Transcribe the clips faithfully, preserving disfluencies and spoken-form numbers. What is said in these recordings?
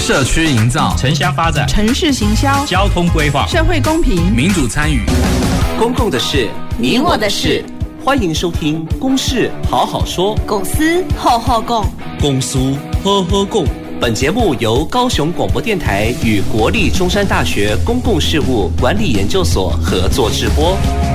社区营造、 城乡发展、 城市行销、 交通规划、 社会公平、 民主参与， 公共的事，你我的事。欢迎收听《公事好好说》， 公司好好讲， 公司呵呵共。本节目由高雄广播电台与国立中山大学公共事务管理研究所合作制播。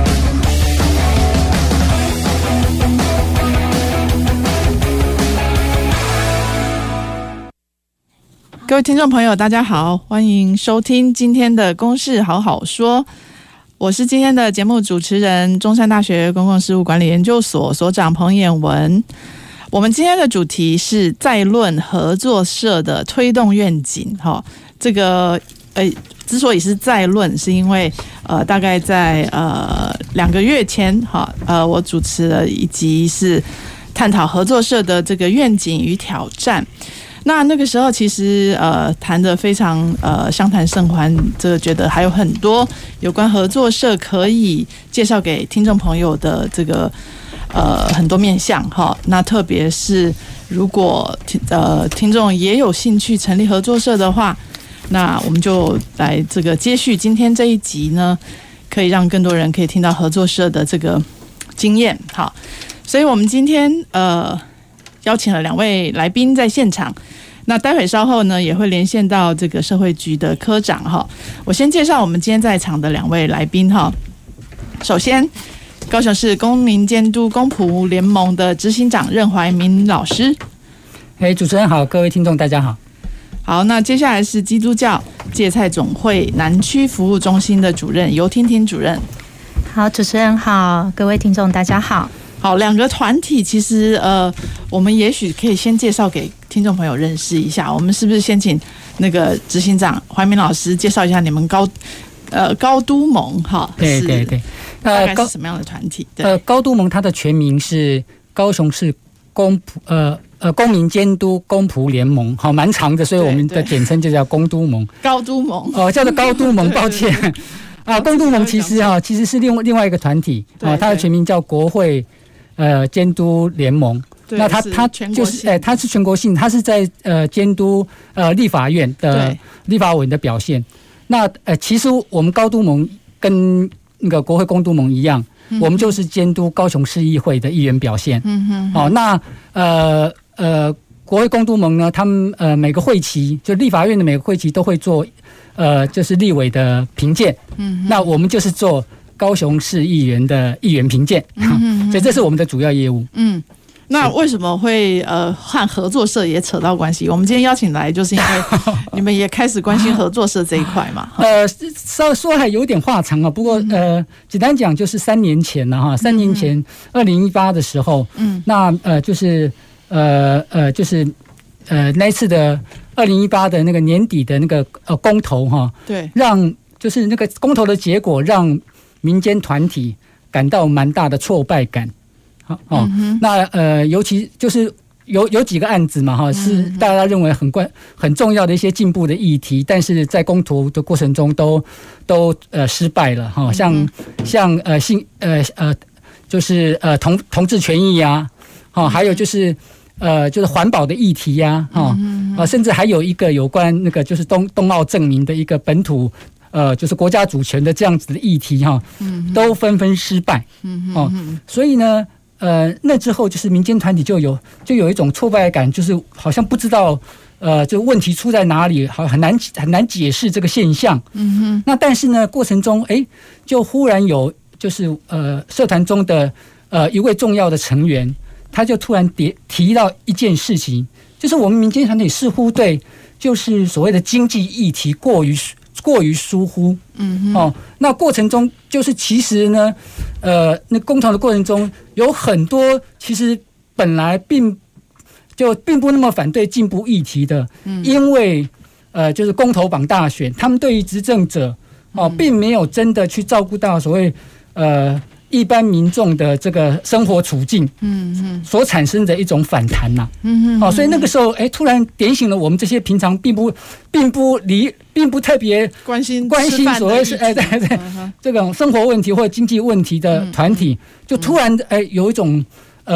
各位听众朋友大家好，欢迎收听今天的公事好好说，我是今天的节目主持人，中山大学公共事务管理研究所所长彭衍文。我们今天的主题是再论合作社的推动愿景。这个呃，之所以是再论，是因为呃，大概在呃两个月前，哈呃，我主持了一集是探讨合作社的这个愿景与挑战。那那个时候其实呃谈得非常呃相谈甚欢，这个觉得还有很多有关合作社可以介绍给听众朋友的这个呃很多面向哈。那特别是如果呃听众也有兴趣成立合作社的话，那我们就来这个接续今天这一集呢，可以让更多人可以听到合作社的这个经验。好，所以我们今天呃邀请了两位来宾在现场。那待会稍后呢，也会连线到这个社会局的科长哈。我先介绍我们今天在场的两位来宾哈。首先，高雄市公民监督公仆联盟的执行长任怀民老师。 哎，主持人好，各位听众大家好。 好，那接下来是基督教芥菜总会南区服务中心的主任尤婷婷主任。 好，主持人好，各位听众大家好。 好，两个团体其实呃，我们也许可以先介绍给听众朋友认识一下。我们是不是先请那个执行长怀民老师介绍一下你们高呃高都盟哈？ 对对对， 呃，大概是什么样的团体？对呃，高都盟它的全名是高雄市公仆呃呃公民监督公仆联盟，好，蛮长的，所以我们的简称就叫公都盟。 高都盟哦，叫做高都盟，抱歉啊，公都盟其实哈其实是另外另外一个团体啊，它的全名叫国会。呃，监督联盟，那它它就是哎，它是全国性，它是在呃监督呃立法院的立法委员的表现。那呃，其实我们高都盟跟那个国会公都盟一样，嗯、我们就是监督高雄市议会的议员表现。嗯哼哼。哦，那呃呃，国会公都盟呢，他们呃每个会期，就立法院的每个会期都会做呃就是立委的评鉴。嗯。那我们就是做高雄市议员的议员评鉴，嗯、所以这是我们的主要业务。 嗯，那为什么会呃和合作社也扯到关系？我们今天邀请来，就是因为你们也开始关心合作社这一块嘛。 呃，稍说还有点话长啊，不过呃，简单讲就是三年前了哈，三年前二零一八的时候，嗯，那呃就是呃呃就是呃那一次的二零一八的那个年底的那个呃公投哈，对，让就是那个公投的结果让民间团体感到蛮大的挫败感，哦，嗯、那呃，尤其就是有有几个案子嘛，哈，是大家认为很关很重要的一些进步的议题，但是在公投的过程中都都呃失败了，哈，像、嗯、像呃性呃呃就是呃同同志权益呀，哈，还有就是呃就是环保的议题呀，哈，啊，甚至还有一个有关那个就是冬冬奥证明的一个本土。呃，就是国家主权的这样子的议题哈，都纷纷失败，哦，所以呢，呃，那之后就是民间团体就有就有一种挫败感，就是好像不知道呃，这个问题出在哪里，好很难很难解释这个现象。嗯哼。那但是呢，过程中哎，就忽然有就是呃，社团中的呃一位重要的成员，他就突然提提到一件事情，就是我们民间团体似乎对就是所谓的经济议题过于。过于疏忽，嗯哦，那过程中就是其实呢，呃，那公投的过程中有很多其实本来并就并不那么反对进步议题的，嗯，因为呃，就是公投榜大选，他们对于执政者哦，并没有真的去照顾到所谓呃一般民众的这个生活处境，嗯嗯，所产生的一种反弹呐，嗯嗯，哦，所以那个时候，哎，突然点醒了我们这些平常并不并不离并不特别关心关心所谓是哎对对这种生活问题或者经济问题的团体，就突然哎有一种呃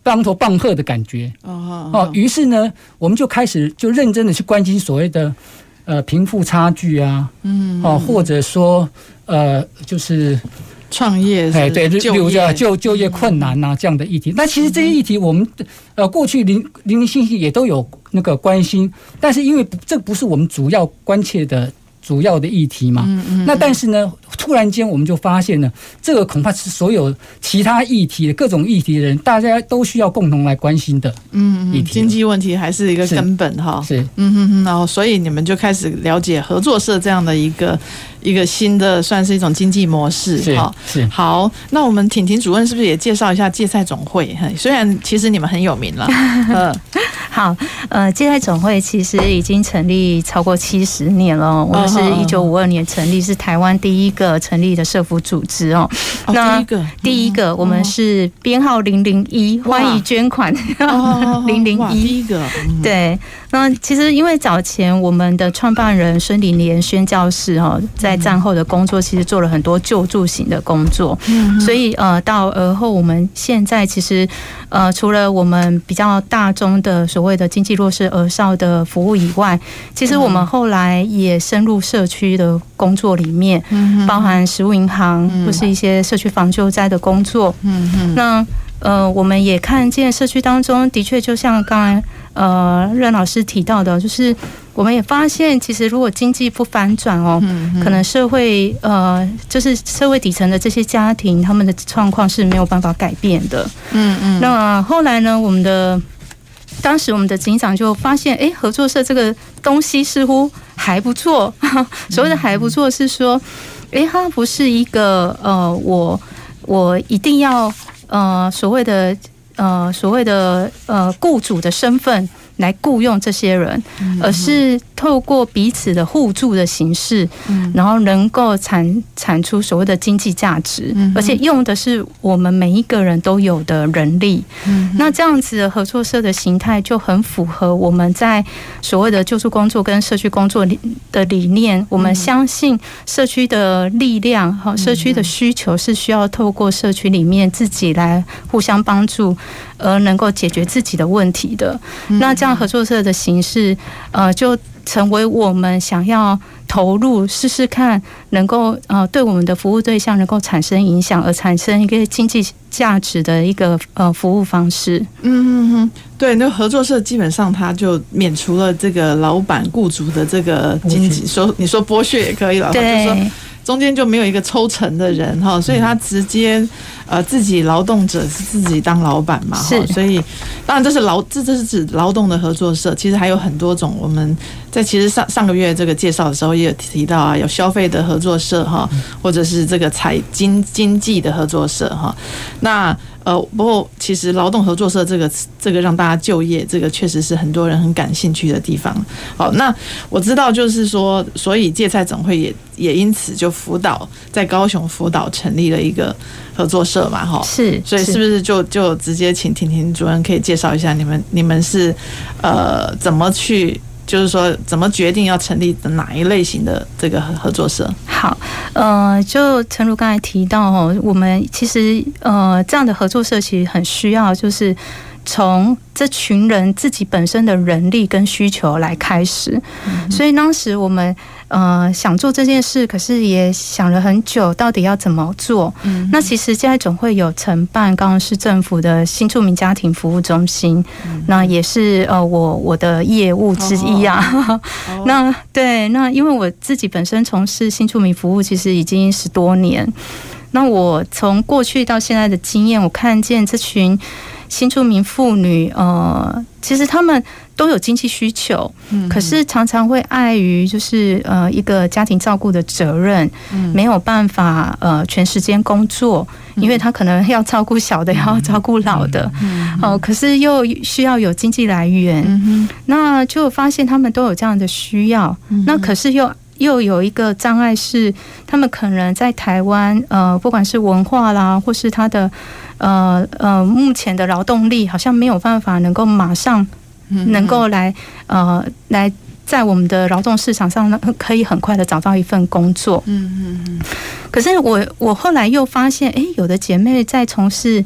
当头棒喝的感觉。哦哦，于是呢，我们就开始就认真的去关心所谓的呃贫富差距啊，嗯，哦，或者说呃就是创业， 哎对，例如叫就就业困难啊、嗯、这样的议题。那其实这些议题我们呃过去零零零星星也都有那个关心，但是因为这不是我们主要关切的。主要的议题嘛，嗯嗯，那但是呢，突然间我们就发现呢，这个恐怕是所有其他议题的各种议题的人，大家都需要共同来关心的，嗯嗯， 经济问题还是一个根本哈， 是， 嗯嗯嗯，然后所以你们就开始了解合作社这样的一个一个新的算是一种经济模式哈， 是好，那我们婷婷主任是不是也介绍一下芥菜总会？虽然其实你们很有名了， 嗯，好，呃，芥菜总会其实已经成立超过七十年了，我们是一九五二年成立，是台湾第一个成立的社福组织哦。 那第一个， 第一个，我们是编号零零一，欢迎捐款零零一， 第一个， 对。那其实因为早前我们的创办人孙理莲宣教士哈，在战后的工作其实做了很多救助型的工作，所以呃到而后我们现在其实呃除了我们比较大宗的所谓的经济弱势儿少的服务以外，其实我们后来也深入社区的工作里面，包含食物银行或是一些社区防救灾的工作，那呃我们也看见社区当中的确就像刚才呃任老师提到的，就是我们也发现其实如果经济不反转哦，可能社会呃就是社会底层的这些家庭他们的状况是没有办法改变的。嗯嗯。那后来呢，我们的当时我们的警长就发现，哎，合作社这个东西似乎还不错。所谓的还不错是说，哎，它不是一个呃我我一定要呃所谓的呃所谓的呃雇主的身份来雇用这些人，而是透过彼此的互助的形式，然后能够产产出所谓的经济价值，而且用的是我们每一个人都有的人力。那这样子的合作社的形态就很符合我们在所谓的救助工作跟社区工作的理念。我们相信社区的力量，社区的需求是需要透过社区里面自己来互相帮助，而能够解决自己的问题的。那这样合作社的形式，呃，就成为我们想要投入试试看，能够呃对我们的服务对象能够产生影响，而产生一个经济价值的一个呃服务方式。 嗯嗯嗯，对，那合作社基本上它就免除了这个老板雇主的这个经济，说你说剥削也可以了， 对， 就说中间就没有一个抽成的人哈，所以他直接呃自己劳动者是自己当老板嘛哈，所以当然这是劳这这是指劳动的合作社，其实还有很多种。我们在其实上上个月这个介绍的时候也有提到啊，有消费的合作社哈，或者是这个财经经济的合作社哈。那呃，不过其实劳动合作社这个这个让大家就业，这个确实是很多人很感兴趣的地方。好，那我知道就是说，所以芥菜总会也也因此就辅导在高雄辅导成立了一个合作社嘛，哈， 是， 所以是不是就就直接请婷婷主任可以介绍一下你们你们是呃怎么去？就是说，怎么决定要成立哪一类型的这个合作社？ 好，呃，就诚如刚才提到哦，我们其实呃这样的合作社其实很需要，就是从这群人自己本身的人力跟需求来开始。嗯、所以当时我们呃想做这件事，可是也想了很久，到底要怎么做？嗯、那其实现在总会有承办高雄市政府的新住民家庭服务中心，嗯、那也是呃我我的业务之一啊。哦哦、那对，那因为我自己本身从事新住民服务，其实已经十多年。那我从过去到现在的经验，我看见这群新住民妇女，呃，其实他们都有经济需求，嗯、可是常常会碍于就是呃一个家庭照顾的责任，嗯、没有办法呃全时间工作，嗯、因为他可能要照顾小的，嗯、要照顾老的，哦、嗯呃，可是又需要有经济来源，嗯、那就发现他们都有这样的需要，嗯、那可是又。又有一个障碍是，他们可能在台湾，呃，不管是文化啦，或是他的，呃呃，目前的劳动力，好像没有办法能够马上能够来，呃，来在我们的劳动市场上呢，可以很快的找到一份工作。嗯嗯嗯。可是我我后来又发现，哎，有的姐妹在从事。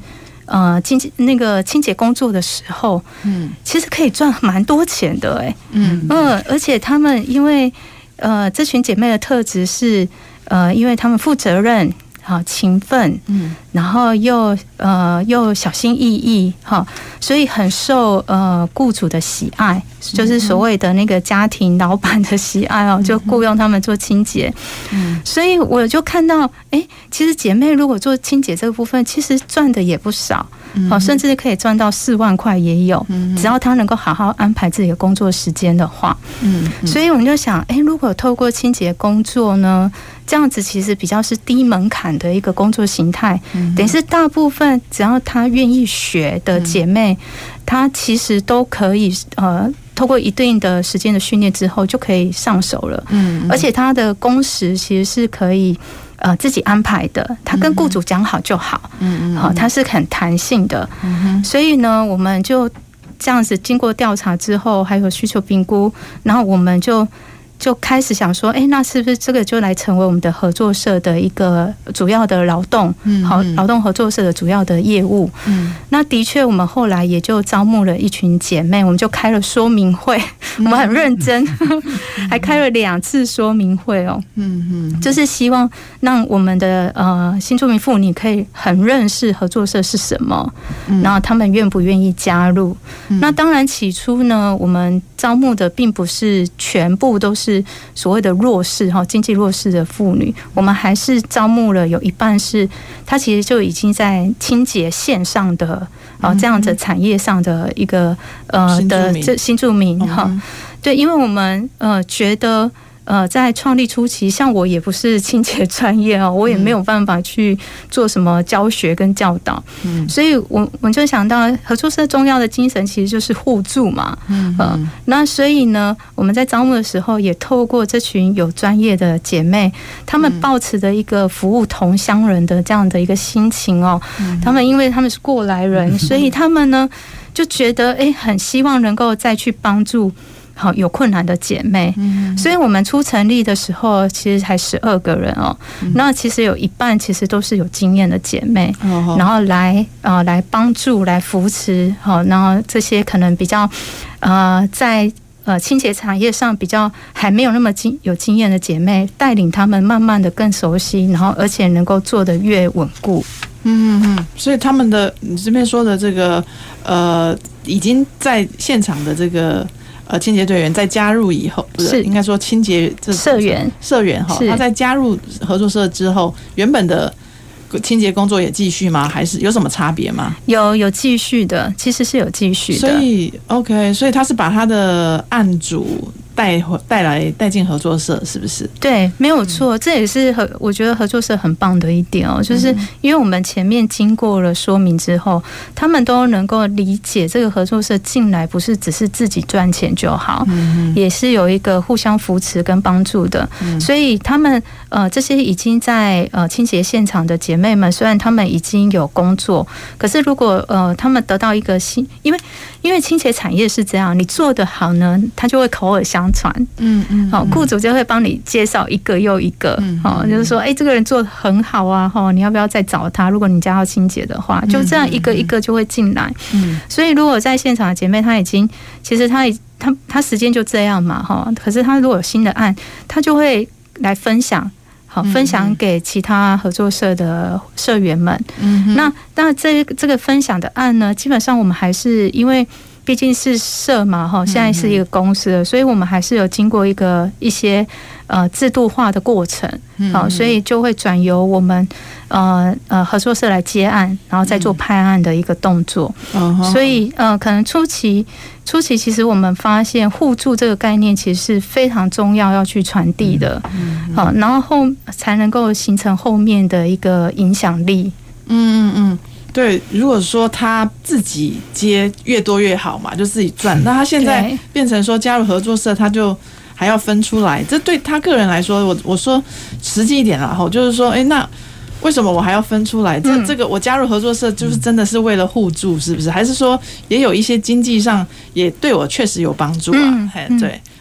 呃清那个清洁工作的时候，嗯，其实可以赚蛮多钱的哎、欸，嗯嗯，而且他们因为呃这群姐妹的特质是呃，因为他们负责任。好勤奋，嗯，然后又呃又小心翼翼，哈，所以很受呃雇主的喜爱，就是所谓的那个家庭老板的喜爱哦，就雇佣他们做清洁，嗯，所以我就看到，哎，其实姐妹如果做清洁这个部分，其实赚的也不少，哦，甚至可以赚到四万块也有，只要她能够好好安排自己的工作时间的话，嗯，所以我们就想，哎，如果透过清洁工作呢？这样子其实比较是低门槛的一个工作形态，嗯、等于是大部分只要她愿意学的姐妹，她、嗯、其实都可以呃，透过一定的时间的训练之后就可以上手了。嗯，而且她的工时其实是可以呃自己安排的，她跟雇主讲好就好。嗯嗯，好，她是很弹性的。嗯，所以呢，我们就这样子经过调查之后，还有需求评估，然后我们就。就开始想说，哎、欸，那是不是这个就来成为我们的合作社的一个主要的劳动，好，劳动合作社的主要的业务。嗯，那的确，我们后来也就招募了一群姐妹，我们就开了说明会，我们很认真，还开了两次说明会哦。嗯嗯，就是希望让我们的呃新住民妇女可以很认识合作社是什么，然后他们愿不愿意加入。那当然，起初呢，我们招募的并不是全部都是。是所谓的弱势哈，经济弱势的妇女，我们还是招募了有一半是，她其实就已经在清洁线上的啊这样子产业上的一个呃的这新住民哈，对，因为我们呃觉得。呃，在创立初期，像我也不是清洁专业哦，我也没有办法去做什么教学跟教导，嗯，所以我我就想到合作社重要的精神其实就是互助嘛，嗯，呃，那所以呢，我们在招募的时候也透过这群有专业的姐妹，她们抱持的一个服务同乡人的这样的一个心情哦，嗯，她们因为她们是过来人，所以她们呢就觉得哎，很希望能够再去帮助。好，有困难的姐妹，嗯，所以我们初成立的时候，其实才十二个人哦。嗯，那其实有一半其实都是有经验的姐妹，哦，然后来呃来帮助、来扶持，好，然后这些可能比较呃在呃清洁产业上比较还没有那么经有经验的姐妹，带领他们慢慢的更熟悉，然后而且能够做得越稳固。 嗯嗯，所以他们的你这边说的这个呃，已经在现场的这个。呃，清洁队员在加入以后，不是应该说清洁这社员社员哈，他在加入合作社之后，原本的清洁工作也继续吗？还是有什么差别吗？ 有有继续的，其实是有继续的。 所以 OK， 所以他是把他的案主带带来带进合作社，是不是？ 对，没有错，这也是合我觉得合作社很棒的一点哦，就是因为我们前面经过了说明之后，他们都能够理解这个合作社进来不是只是自己赚钱就好，嗯，也是有一个互相扶持跟帮助的，嗯，所以他们呃这些已经在呃清洁现场的姐妹们，虽然他们已经有工作，可是如果呃他们得到一个新，因为因为清洁产业是这样，你做得好呢，他就会口耳相传，嗯嗯，好，雇主就会帮你介绍一个又一个，哦，就是说，哎，这个人做得很好啊，哈，你要不要再找他？如果你家要清洁的话，就这样一个一个就会进来。嗯，所以如果在现场的姐妹，她已经，其实她她她时间就这样嘛，哈，可是她如果有新的案，她就会来分享。好，分享给其他合作社的社员们。嗯，那那这这个分享的案呢，基本上我们还是因为毕竟是社嘛，哈，现在是一个公司了，所以我们还是有经过一个一些呃制度化的过程。好，所以就会转由我们呃呃合作社来接案，然后再做派案的一个动作。嗯，所以呃，可能初期初期其实我们发现互助这个概念其实是非常重要要去传递的。嗯，好，然后后才能够形成后面的一个影响力。嗯嗯嗯。对，如果说他自己接越多越好嘛，就自己赚。那他现在变成说加入合作社，他就还要分出来，这对他个人来说，我我说实际一点啦，哈，就是说，哎，那为什么我还要分出来？这这个我加入合作社就是真的是为了互助，是不是？还是说也有一些经济上也对我确实有帮助啊？嗯，对。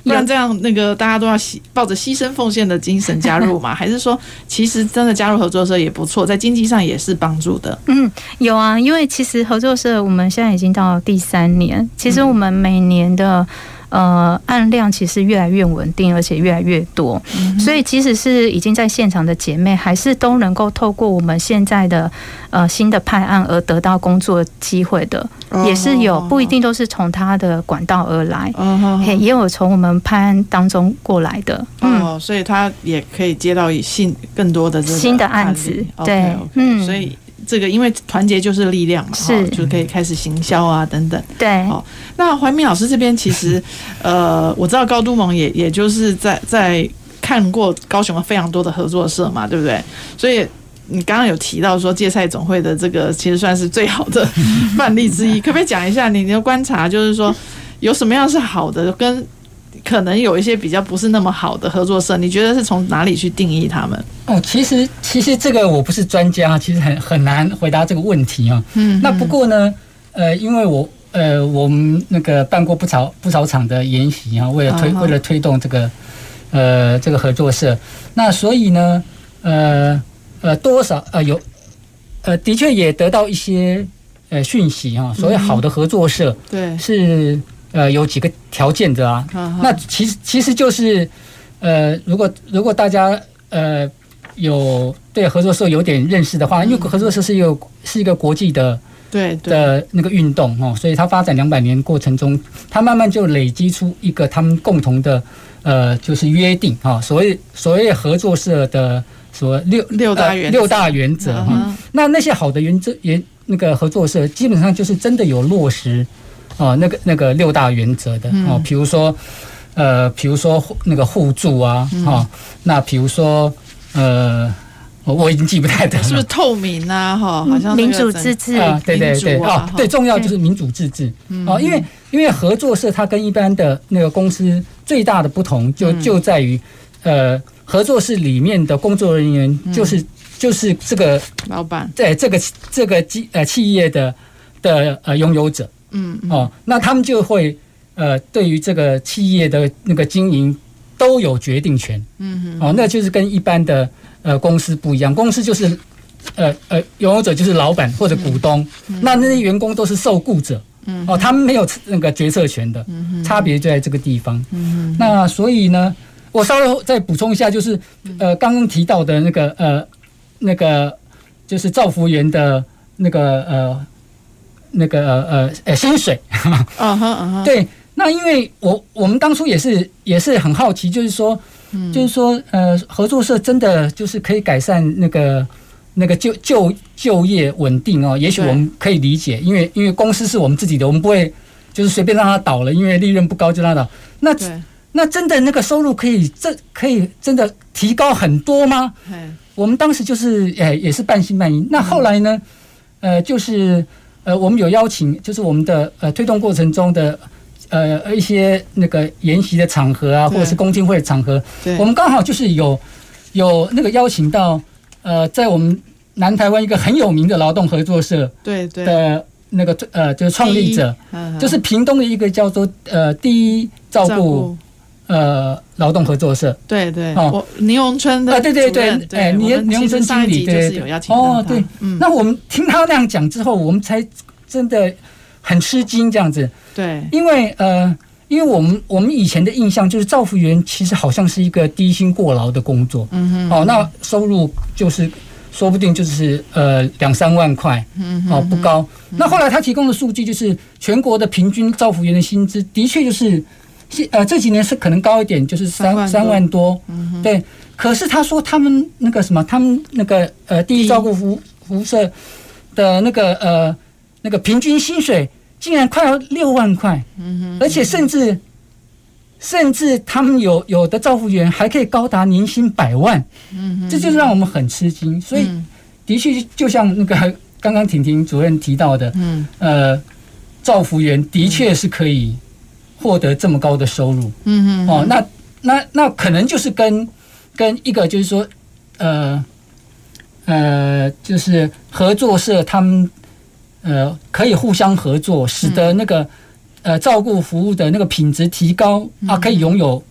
不然这样那个大家都要抱着牺牲奉献的精神加入嘛？还是说其实真的加入合作社也不错，在经济上也是帮助的？ 嗯，有啊，因为其实合作社我们现在已经到第三年，其实我们每年的呃案量其实越来越稳定，而且越来越多，嗯、所以即使是已经在现场的姐妹，还是都能够透过我们现在的呃新的派案而得到工作机会的，哦、也是有，不一定都是从他的管道而来，哦、也有从我们派案当中过来的， 嗯、哦，所以他也可以接到新更多的这个新的案子，对， okay, okay, 嗯，所以。这个因为团结就是力量嘛， 是就可以开始行销啊等等。 对， 哦，那怀民老师这边其实，呃，我知道高都盟也也就是在在看过高雄的非常多的合作社嘛，对不对？所以你刚刚有提到说芥菜总会的这个其实算是最好的范例之一，可不可以讲一下你的观察，就是说有什么样是好的，跟可能有一些比较不是那么好的合作社，你觉得是从哪里去定义他们？ 哦，其实其实这个我不是专家，其实很很难回答这个问题啊。嗯，那不过呢，呃，因为我呃我们那个办过不少不少场的研习啊，为了推、uh-huh. 为了推动这个呃这个合作社，那所以呢，呃呃多少呃有呃的确也得到一些呃讯息啊，所谓好的合作社，对、嗯，是。呃，有几个条件的啊，好好那其实其实就是，呃，如果如果大家呃有对合作社有点认识的话，因为合作社是一个是一个国际的对的那个运动哦，所以它发展两百年过程中，它慢慢就累积出一个他们共同的呃就是约定啊，所谓所谓合作社的所六六大原则、呃、 六大原则哈、嗯。那那些好的原则原那个合作社基本上就是真的有落实。哦，那个那个六大原则的哦，比如说，呃，比如说那个互助啊，哈、哦，那比如说，呃，我已经记不太得了， 是不是透明啊？哈，好像民主自治啊，对对对，哦，对，重要就是民主自治哦，因为因为合作社它跟一般的那个公司最大的不同就就在于，呃，合作社里面的工作人员就是就是这个老板， 对这个这个企呃企业的的呃拥有者。嗯哦，那他们就会呃，对于这个企业的那个经营都有决定权。嗯哦，那就是跟一般的呃公司不一样，公司就是呃呃拥有者就是老板或者股东，嗯、那那些员工都是受雇者。嗯哦，他们没有那个决策权的，嗯、差别就在这个地方。嗯那所以呢，我稍微再补充一下，就是呃刚刚提到的那个呃那个就是造福员的那个呃。那个呃呃薪水，啊哈啊哈，对，那因为我我们当初也是也是很好奇，就是说，嗯、就是说呃合作社真的就是可以改善那个那个就就就业稳定哦，也许我们可以理解，因为因为公司是我们自己的，我们不会就是随便让它倒了，因为利润不高就让它倒。那那真的那个收入可以这可以真的提高很多吗？我们当时就是诶也是半信半疑。那后来呢，呃就是。呃，我们有邀请，就是我们的呃推动过程中的呃一些那个研习的场合啊，或者是公听会的场合，我们刚好就是有有那个邀请到呃，在我们南台湾一个很有名的劳动合作社对对的那个呃就是创立者，就是屏东的一个叫做呃第一照顾呃劳动合作社，对对，哦， 倪荣春的啊，对对对，哎，倪倪荣春经理，对对，哦，对，嗯，那我们听他那样讲之后，我们才真的很吃惊，这样子，对，因为呃，因为我们我们以前的印象就是照服员其实好像是一个低薪过劳的工作，嗯哼，哦，那收入就是说不定就是呃两三万块，嗯哼，哦，不高。那后来他提供的数据就是全国的平均照服员的薪资，的确就是。呃，这几年是可能高一点，就是三三万多，嗯，对。可是他说他们那个什么，他们那个呃第一照顾服服务社的那个呃那个平均薪水竟然快要六万块，嗯，而且甚至甚至他们有有的照护员还可以高达年薪百万，嗯，这就是让我们很吃惊。所以的确就像那个刚刚婷婷主任提到的，嗯，呃，照护员的确是可以。获得这么高的收入，嗯嗯，哦，那那那可能就是跟跟一个就是说，呃呃，就是合作社他们呃可以互相合作，使得那个呃照顾服务的那个品质提高啊，可以拥有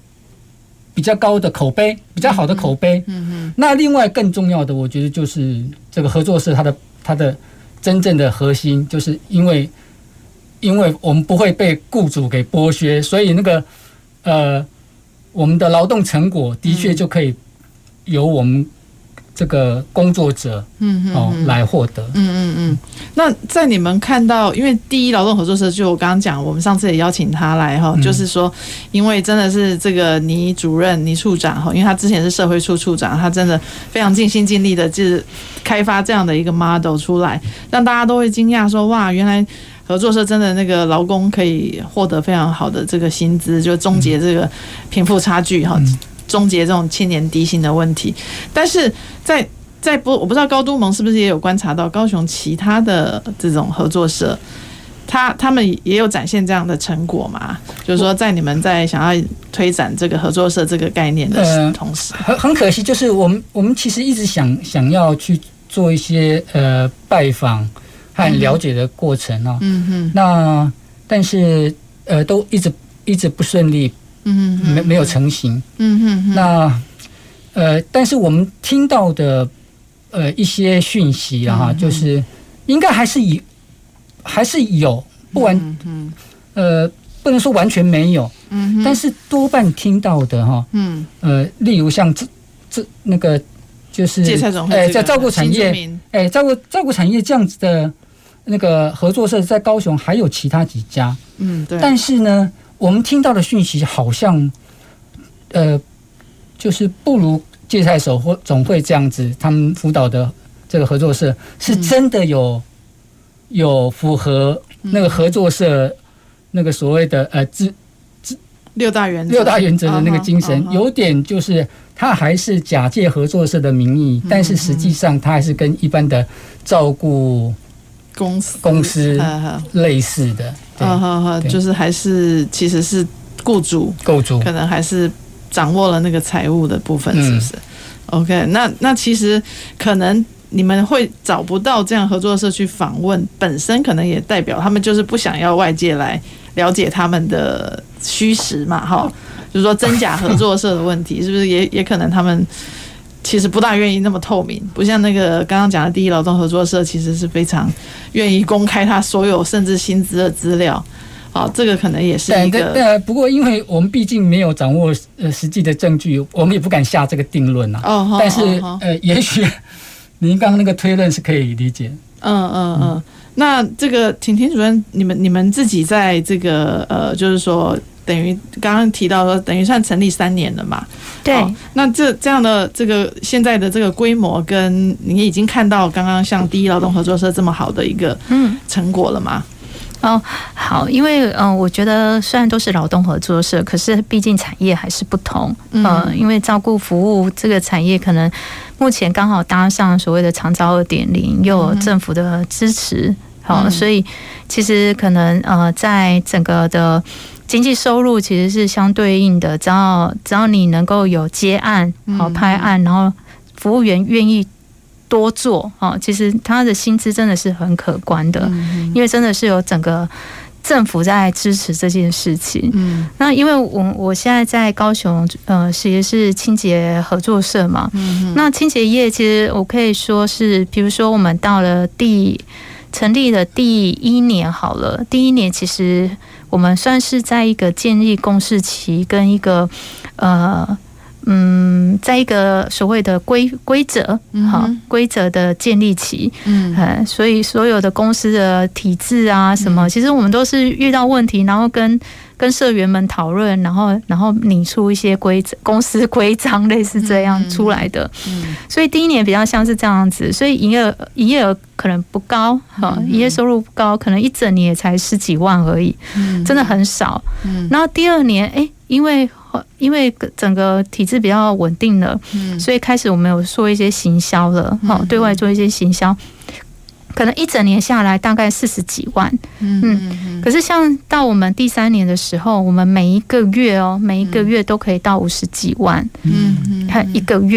比较高的口碑，比较好的口碑。嗯嗯。那另外更重要的，我觉得就是这个合作社它的它的真正的核心，就是因为因为我们不会被雇主给剥削，所以那个呃我们的劳动成果的确就可以由我们这个工作者嗯哦来获得。 嗯嗯嗯。那在你们看到，因为第一劳动合作社，就我刚刚讲，我们上次也邀请他来哈，就是说，因为真的是这个倪主任、倪处长哈，因为他之前是社会处处长，他真的非常尽心尽力的，就是开发这样的一个 model 出来，让大家都会惊讶说，哇，原来合作社真的那个劳工可以获得非常好的这个薪资，就终结这个贫富差距哈，终结这种青年低薪的问题。但是在在不，我不知道高都盟是不是也有观察到高雄其他的这种合作社，他他们也有展现这样的成果嘛？就是说，在你们在想要推展这个合作社这个概念的同时， 呃、很很可惜，就是我们我们其实一直想想要去做一些呃拜访和了解的过程啊，嗯哼，那但是呃都一直一直不顺利，嗯哼，没没有成型，嗯哼，那呃但是我们听到的。呃，一些讯息啊，哈，就是应该还是有，还是有，不完，呃，不能说完全没有，嗯，但是多半听到的哈，嗯，呃，例如像这这那个就是哎，在照顾产业，哎，照顾照顾产业这样子的那个合作社，在高雄还有其他几家，嗯，对，但是呢，我们听到的讯息好像，呃，就是不如。芥菜手或总会这样子，他们辅导的这个合作社是真的有有符合那个合作社那个所谓的呃自自六大原则六大原则的那个精神，有点就是他还是假借合作社的名义，但是实际上他还是跟一般的照顾公司公司类似的， 对，就是还是其实是雇主雇主可能还是。掌握了那个财务的部分，是不是、嗯、？OK， 那那其实可能你们会找不到这样合作社去访问，本身可能也代表他们就是不想要外界来了解他们的虚实嘛，哈，就是说真假合作社的问题，是不是也也可能他们其实不大愿意那么透明，不像那个刚刚讲的第一劳动合作社，其实是非常愿意公开他所有甚至薪资的资料。好，这个可能也是一个。 呃，不过因为我们毕竟没有掌握呃实际的证据，我们也不敢下这个定论啊。哦，但是哦呃，也许您刚刚那个推论是可以理解。 嗯嗯嗯。那这个婷婷主任，你们你们自己在这个呃，就是说，等于刚刚提到说，等于算成立三年了嘛？ 对。 哦、那这这样的这个现在的这个规模，跟你已经看到刚刚像第一劳动合作社这么好的一个成果了吗？ 嗯哦，好，因为嗯、呃，我觉得虽然都是劳动合作社，可是毕竟产业还是不同。嗯、呃，因为照顾服务这个产业，可能目前刚好搭上所谓的长照二点零，又有政府的支持，好、嗯，所以其实可能呃，在整个的经济收入其实是相对应的，只要只要你能够有接案、好拍案，然后服务员愿意。多做哦，其实他的薪资真的是很可观的，嗯、因为真的是有整个政府在支持这件事情。嗯，那因为我我现在在高雄，呃，其实是清洁合作社嘛。嗯，那清洁业其实我可以说是，比如说我们到了第成立的第一年好了，第一年其实我们算是在一个建立共识期跟一个呃。嗯，在一个所谓的规规则，好规则的建立期，嗯，所以所有的公司的体制啊，什么，其实我们都是遇到问题，然后跟跟社员们讨论，然后然后拟出一些规则、公司规章，类似这样出来的。嗯，所以第一年比较像是这样子，所以营业营业额可能不高，哈，营业收入不高，可能一整年也才十几万而已，真的很少。嗯，然后第二年，哎，因为因为整个体制比较稳定了，嗯，所以开始我们有做一些行销了，哈，对外做一些行销，可能一整年下来大概四十几万，嗯，嗯，可是像到我们第三年的时候，我们每一个月哦，每一个月都可以到五十几万，嗯，看一个月。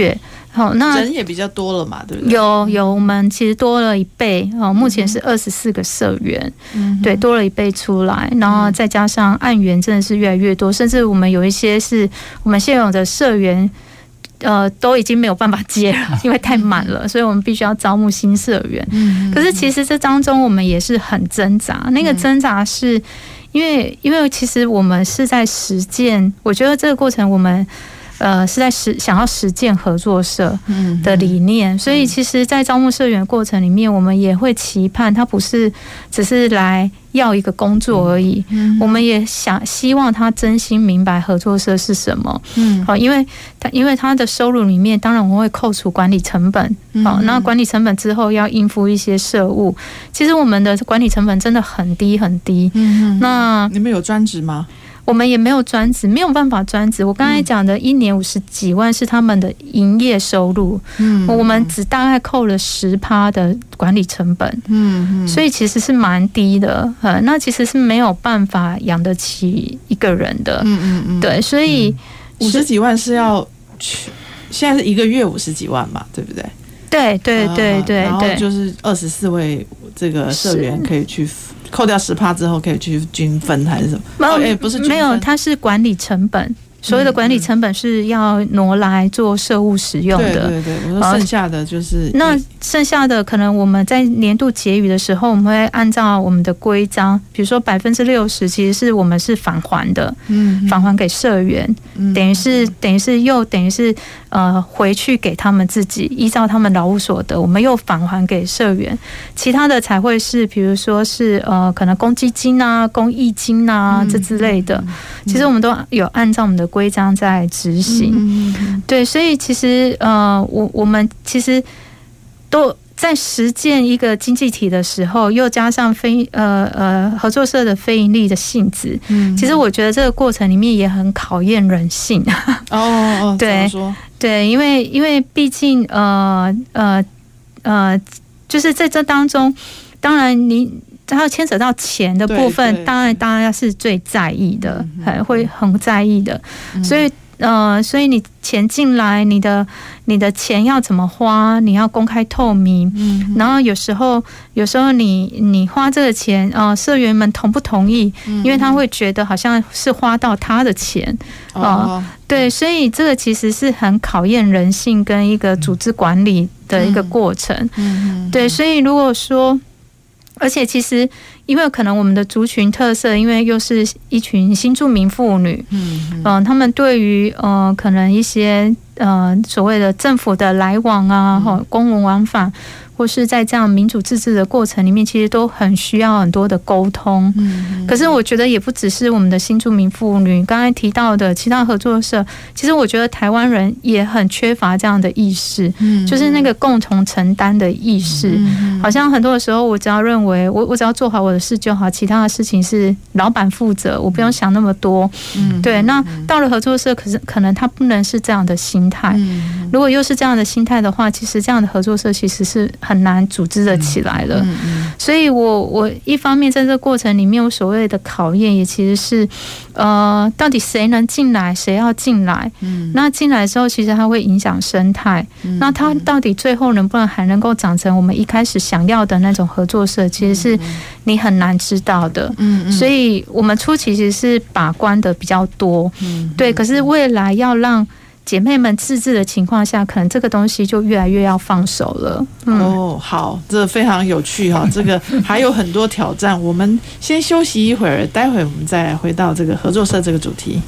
好，那人也比较多了嘛，对不对？ 有有，我们其实多了一倍哦，目前是二十四个社员，嗯，对，多了一倍出来，然后再加上案源真的是越来越多，甚至我们有一些是我们现有的社员。呃，都已经没有办法接了，因为太满了，所以我们必须要招募新社员。嗯，可是其实这当中我们也是很挣扎，那个挣扎是因为，因为其实我们是在实践，我觉得这个过程我们。呃，是在实想要实践合作社的理念，所以其实，在招募社员过程里面，我们也会期盼他不是只是来要一个工作而已，我们也想希望他真心明白合作社是什么。嗯，好，因为他因为他的收入里面，当然我们会扣除管理成本，好，那管理成本之后要应付一些社务，其实我们的管理成本真的很低很低。嗯，那你们有专职吗？ 我们也没有专职，没有办法专职。我刚才讲的一年五十几万是他们的营业收入，嗯，我们只大概扣了十趴的管理成本，嗯，所以其实是蛮低的，呃，那其实是没有办法养得起一个人的，嗯嗯嗯，对，所以五十几万是要去，现在是一个月五十几万嘛，对不对？ 对对对对对， 然后就是二十四位这个社员可以去。扣掉十趴之后，可以去均分还是什么？ 没有， 哦欸、不是均分， 没有，它是管理成本。所有的管理成本是要挪来做社务使用的。 对对对，我说剩下的就是、 呃、那剩下的可能我们在年度结余的时候，我们会按照我们的规章，比如说百分之六十其实是我们是返还的，嗯，返还给社员，嗯、等于是等于是又等于是呃回去给他们自己，依照他们劳务所得，我们又返还给社员，其他的才会是比如说是呃可能公积金啊、公益金啊、嗯、这之类的，其实我们都有按照我们的规章在执行，嗯嗯、对，所以其实呃，我我们其实都在实践一个经济体的时候，又加上非呃呃合作社的非盈利的性质，嗯，其实我觉得这个过程里面也很考验人性。 哦哦， 对对，因为因为毕竟呃呃呃，就是在这当中，当然你。它要牵扯到钱的部分，当然大家是最在意的，嗯、会很在意的。嗯、所以呃，所以你钱进来，你的你的钱要怎么花，你要公开透明。嗯、然后有时候有时候你你花这个钱，呃，社员们同不同意？嗯、因为他会觉得好像是花到他的钱啊、呃哦，对，所以这个其实是很考验人性跟一个组织管理的一个过程。嗯嗯、对，所以如果说。而且其实，因为可能我们的族群特色，因为又是一群新住民妇女，嗯嗯、呃，他们对于呃可能一些呃所谓的政府的来往啊，哈，公文往返。或是在这样民主自治的过程里面，其实都很需要很多的沟通。嗯，可是我觉得也不只是我们的新住民妇女，刚才提到的其他合作社，其实我觉得台湾人也很缺乏这样的意识，嗯，就是那个共同承担的意识。嗯，好像很多的时候，我只要认为我我只要做好我的事就好，其他的事情是老板负责，我不用想那么多。嗯，对。那到了合作社，可是可能他不能是这样的心态。嗯，如果又是这样的心态的话，其实这样的合作社其实是很难组织的起来了，嗯嗯、所以我我一方面在这个过程里面，我所谓的考验也其实是，呃，到底谁能进来，谁要进来？嗯、那进来之后，其实它会影响生态。嗯、那它到底最后能不能还能够长成我们一开始想要的那种合作社，其实是你很难知道的。嗯嗯、所以我们初期其实是把关的比较多，嗯、对。可是未来要让姐妹们自治的情况下，可能这个东西就越来越要放手了。嗯、 哦，好，这非常有趣哈，这个还有很多挑战。我们先休息一会儿，待会我们再来回到这个合作社这个主题。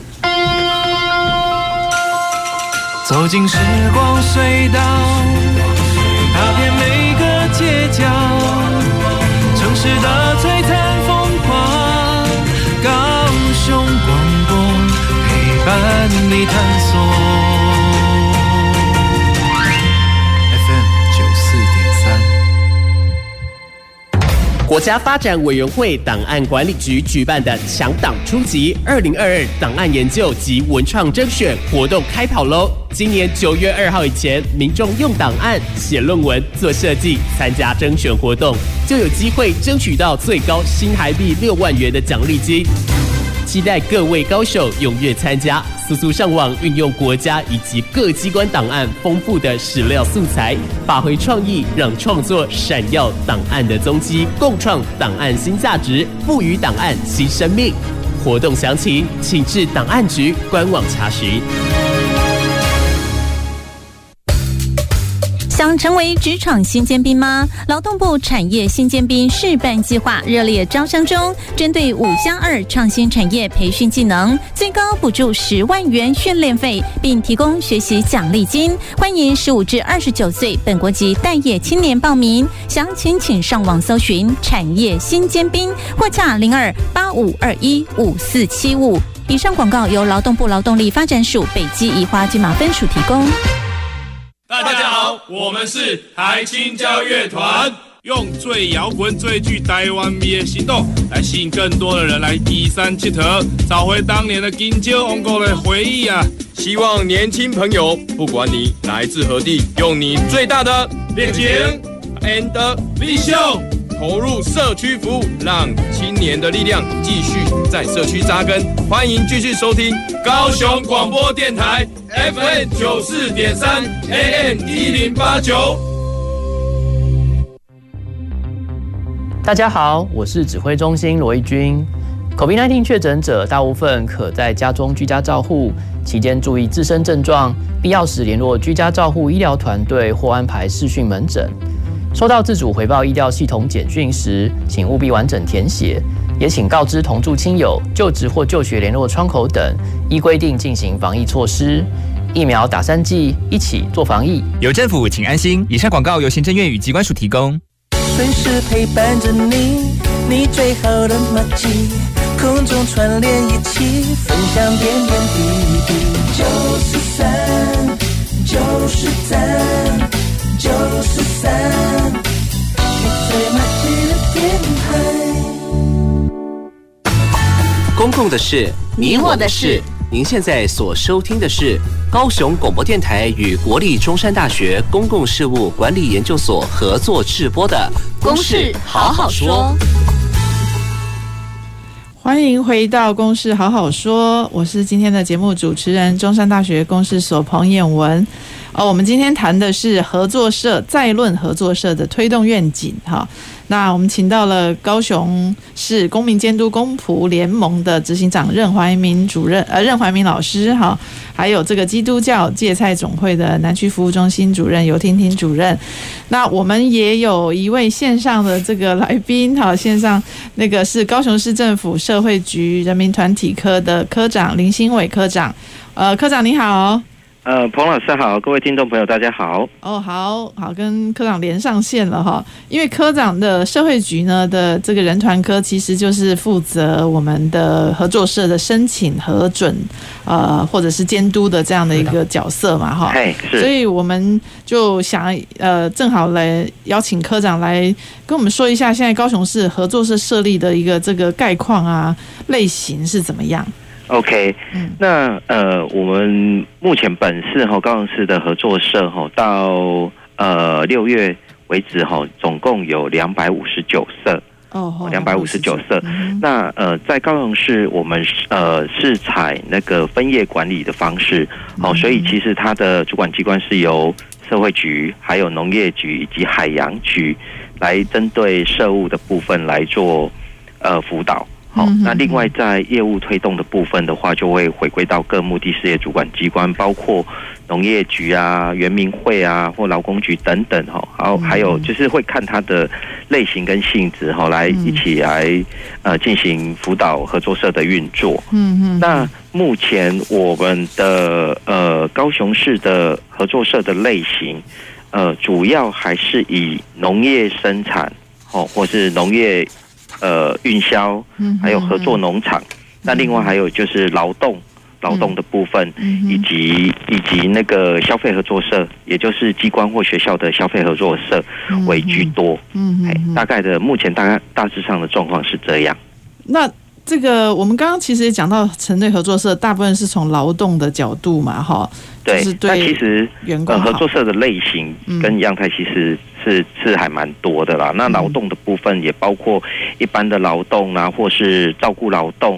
走进时光隧道，踏遍每个街角，城市的璀璨风光，高雄广播陪伴你探索 F M 九四点三。 国家发展委员会档案管理局举办的强档初级二零二二档案研究及文创甄选活动开跑喽！今年九月二号以前，民众用档案、写论文、做设计，参加甄选活动，就有机会争取到最高新台币六万元的奖励金。 期待各位高手踊跃参加，速速上网运用国家以及各机关档案丰富的史料素材，发挥创意，让创作闪耀档案的踪迹，共创档案新价值，赋予档案新生命。活动详情请至档案局官网查询。 想成为职场新尖兵吗？劳动部产业新尖兵示范计划热烈招商中，针对五加二创新产业培训技能，最高补助十万元训练费，并提供学习奖励金。欢迎十五至二十九岁本国籍待业青年报名，详情请上网搜寻产业新尖兵，或洽零二八五二一五四七五。以上广告由劳动部劳动力发展署北基宜花金马分署提供。 大家好，我们是台青交乐团，用最摇滚、最具台湾味的行动，来吸引更多的人来宜山佚佗，找回当年的金蕉王国的回忆啊！ 希望年轻朋友，不管你来自何地，用你最大的热情 and vision 投入社区服务，让青年的力量继续在社区扎根。欢迎继续收听高雄广播电台 F M 九四点三 A M 一零八九。 大家好，我是指挥中心罗义军。COVID 十九 确诊者大部分可在家中居家照护，期间注意自身症状，必要时联络居家照护医疗团队或安排视讯门诊。收到自主回报医疗系统简讯时，请务必完整填写，也请告知同住亲友、就职或就学联络窗口等，依规定进行防疫措施。疫苗打三剂，一起做防疫。 有政府，请安心。以上广告由行政院与疾管署提供。 随时陪伴着你，你最好的默契，空中串联一起，分享点点滴滴。九十三，九十三。九十三，你最默契的电台。 公共的事，你我的事。您现在所收听的是高雄广播电台与国立中山大学公共事务管理研究所合作制播的《公事好好说》。 欢迎回到《公事好好说》，我是今天的节目主持人，中山大学公事所彭彦文。哦，我们今天谈的是合作社再论合作社的推动愿景哈。那我们请到了高雄市公民监督公仆联盟的执行长任怀民主任，呃，任怀民老师哈，还有这个基督教芥菜总会的南区服务中心主任尤婷婷主任。那我们也有一位线上的这个来宾哈，线上那个是高雄市政府社会局人民团体科的科长林兴伟科长，呃，科长你好。 呃，彭老师好，各位听众朋友大家好。 哦，好好跟科长连上线了哈，因为科长的社会局呢的这个人团科其实就是负责我们的合作社的申请核准，呃，或者是监督的这样的一个角色嘛哈。所以我们就想呃，正好来邀请科长来跟我们说一下，现在高雄市合作社设立的一个这个概况啊，类型是怎么样。 OK， 那呃，我们目前本市哈高雄市的合作社哈到呃六月为止哈，总共有两百五十九社哦，两百五十九社。嗯、那呃，在高雄市我们呃是采那个分业管理的方式哦，嗯、所以其实它的主管机关是由社会局、还有农业局以及海洋局来针对社务的部分来做呃辅导。好，那另外在业务推动的部分的话，就会回归到各目的事业主管机关，包括农业局啊、原民会啊或劳工局等等哈。好，还有就是会看它的类型跟性质哈，来一起来呃进行辅导合作社的运作。嗯嗯。那目前我们的呃高雄市的合作社的类型，呃，主要还是以农业生产哦，或是农业。呃，运销，还有合作农场，嗯、那另外还有就是劳动，劳动的部分，嗯、以及以及那个消费合作社，也就是机关或学校的消费合作社为居多。嗯, 嗯, 嗯大概的目前大概大致上的状况是这样。 那这个我们刚刚其实也讲到，成立合作社大部分是从劳动的角度嘛，哈。 对， 就是对那其实员工、 呃、合作社的类型跟样态其实是、嗯、是还蛮多的啦。那劳动的部分也包括一般的劳动啊，或是照顾劳动，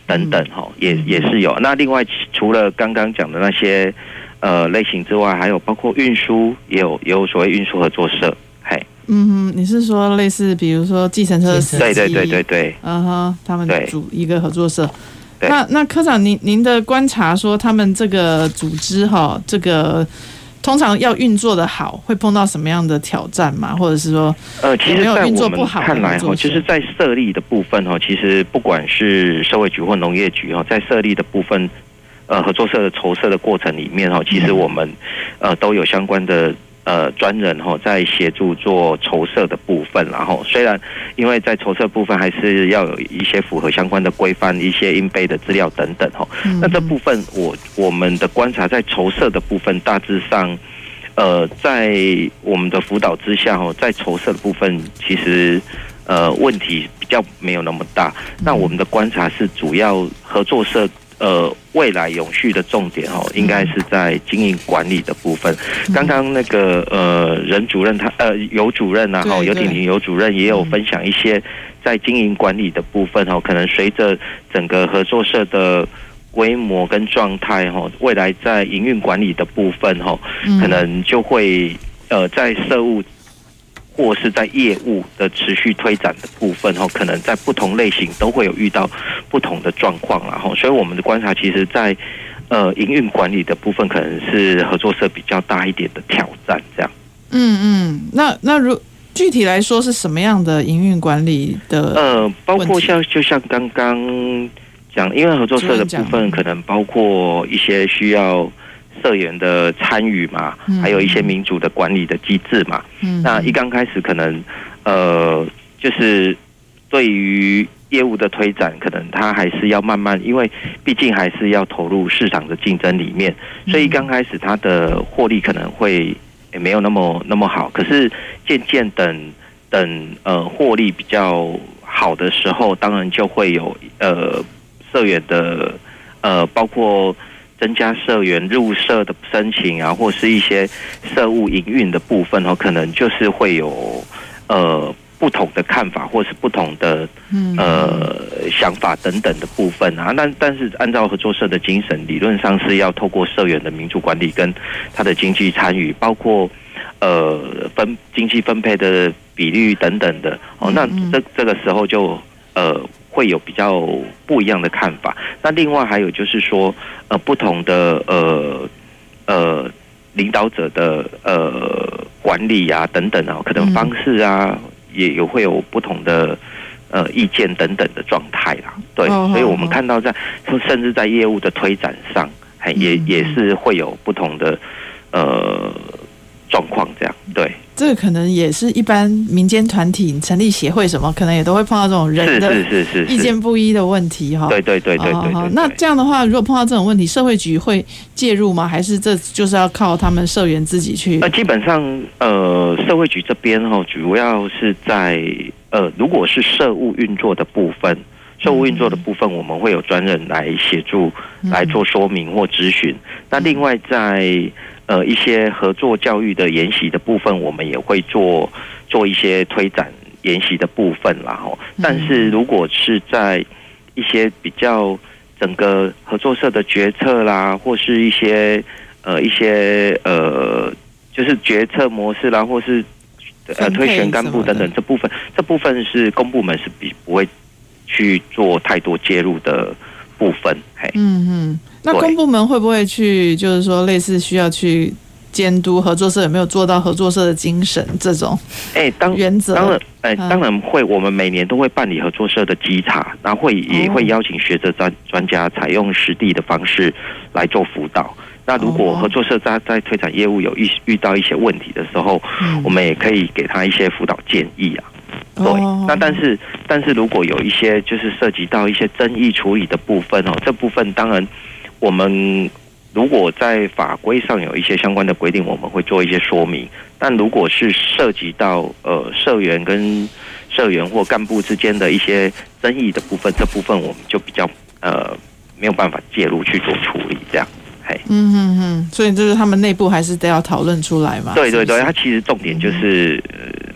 等等哈，也也是有。那另外除了刚刚讲的那些呃类型之外，还有包括运输，也有也有所谓运输合作社，嘿。 嗯，你是说类似比如说计程车司机？ 对对对对对。 嗯哼，他们组一个合作社。 对。 那那科长，您您的观察说，他们这个组织哈，这个通常要运作的好，会碰到什么样的挑战吗？或者是说， 呃，其实，在运作我们不好看来哈，就是在设立的部分哈，其实不管是社会局或农业局哈，在设立的部分，呃，合作社的筹设的过程里面哈，其实我们呃都有相关的。呃，专人哈在协助做筹设的部分，然后虽然因为在筹设部分还是要有一些符合相关的规范、一些应备的资料等等哈。嗯、那这部分我我们的观察，在筹设的部分，大致上，呃，在我们的辅导之下哈，在筹设的部分其实呃问题比较没有那么大。那我们的观察是主要合作社。呃，未来永续的重点哦，应该是在经营管理的部分。刚刚那个呃，任主任他呃，尤主任啊，哈，尤婷婷尤主任也有分享一些在经营管理的部分哦，可能随着整个合作社的规模跟状态哈，未来在营运管理的部分哈，可能就会呃在社务。或是在业务的持续推展的部分，可能在不同类型都会有遇到不同的状况，然后，所以我们的观察，其实在呃营运管理的部分，可能是合作社比较大一点的挑战，这样。 嗯嗯，那那如具体来说是什么样的营运管理的？呃， 包括像就像刚刚讲，因为合作社的部分，可能包括一些需要。社员的参与嘛，还有一些民主的管理的机制嘛。嗯、那一刚开始可能，呃，就是对于业务的推展，可能它还是要慢慢，因为毕竟还是要投入市场的竞争里面，所以刚开始它的获利可能会也没有那么那么好。可是渐渐等等呃获利比较好的时候，当然就会有呃社员的呃包括。增加社员入社的申请啊，或是一些社务营运的部分哦，可能就是会有呃不同的看法，或是不同的呃想法等等的部分啊。那但是按照合作社的精神，理论上是要透过社员的民主管理跟他的经济参与，包括呃分经济分配的比率等等的哦。那这这个时候就呃。会有比较不一样的看法。那另外还有就是说，呃，不同的呃呃领导者的呃管理啊等等啊，可能方式啊、嗯、也有会有不同的呃意见等等的状态啦。对，哦、所以我们看到在甚至在业务的推展上，还也也是会有不同的呃状况这样。对。 这个可能也是一般民间团体成立协会什么，可能也都会碰到这种人的意见不一的问题哈。 对对对对对。 好，那这样的话，如果碰到这种问题，社会局会介入吗？还是这就是要靠他们社员自己去？ 呃，基本上，呃，社会局这边哈，主要是在呃，如果是社务运作的部分，社务运作的部分，我们会有专人来协助来做说明或咨询。那另外在呃，一些合作教育的研习的部分，我们也会做做一些推展研习的部分啦吼。但是如果是在一些比较整个合作社的决策啦，或是一些呃一些呃就是决策模式啦，或是呃推选干部等等这部分，这部分是公部门是比不会去做太多介入的部分。嘿， 嗯嗯。那公部门会不会去，就是说类似需要去监督合作社有没有做到合作社的精神这种哎当原则？ 当然，哎、嗯，当然会。我们每年都会办理合作社的稽查，然后会也会邀请学者专专家采用实地的方式来做辅导。那如果合作社在在推展业务有遇遇到一些问题的时候，嗯、我们也可以给他一些辅导建议啊。对，哦、那但是但是如果有一些就是涉及到一些争议处理的部分哦，这部分当然。我们如果在法规上有一些相关的规定，我们会做一些说明。但如果是涉及到呃社员跟社员或干部之间的一些争议的部分，这部分我们就比较呃没有办法介入去做处理，这样。嘿， 嗯嗯嗯，所以就是他们内部还是得要讨论出来嘛。 对对对，它其实重点就是。呃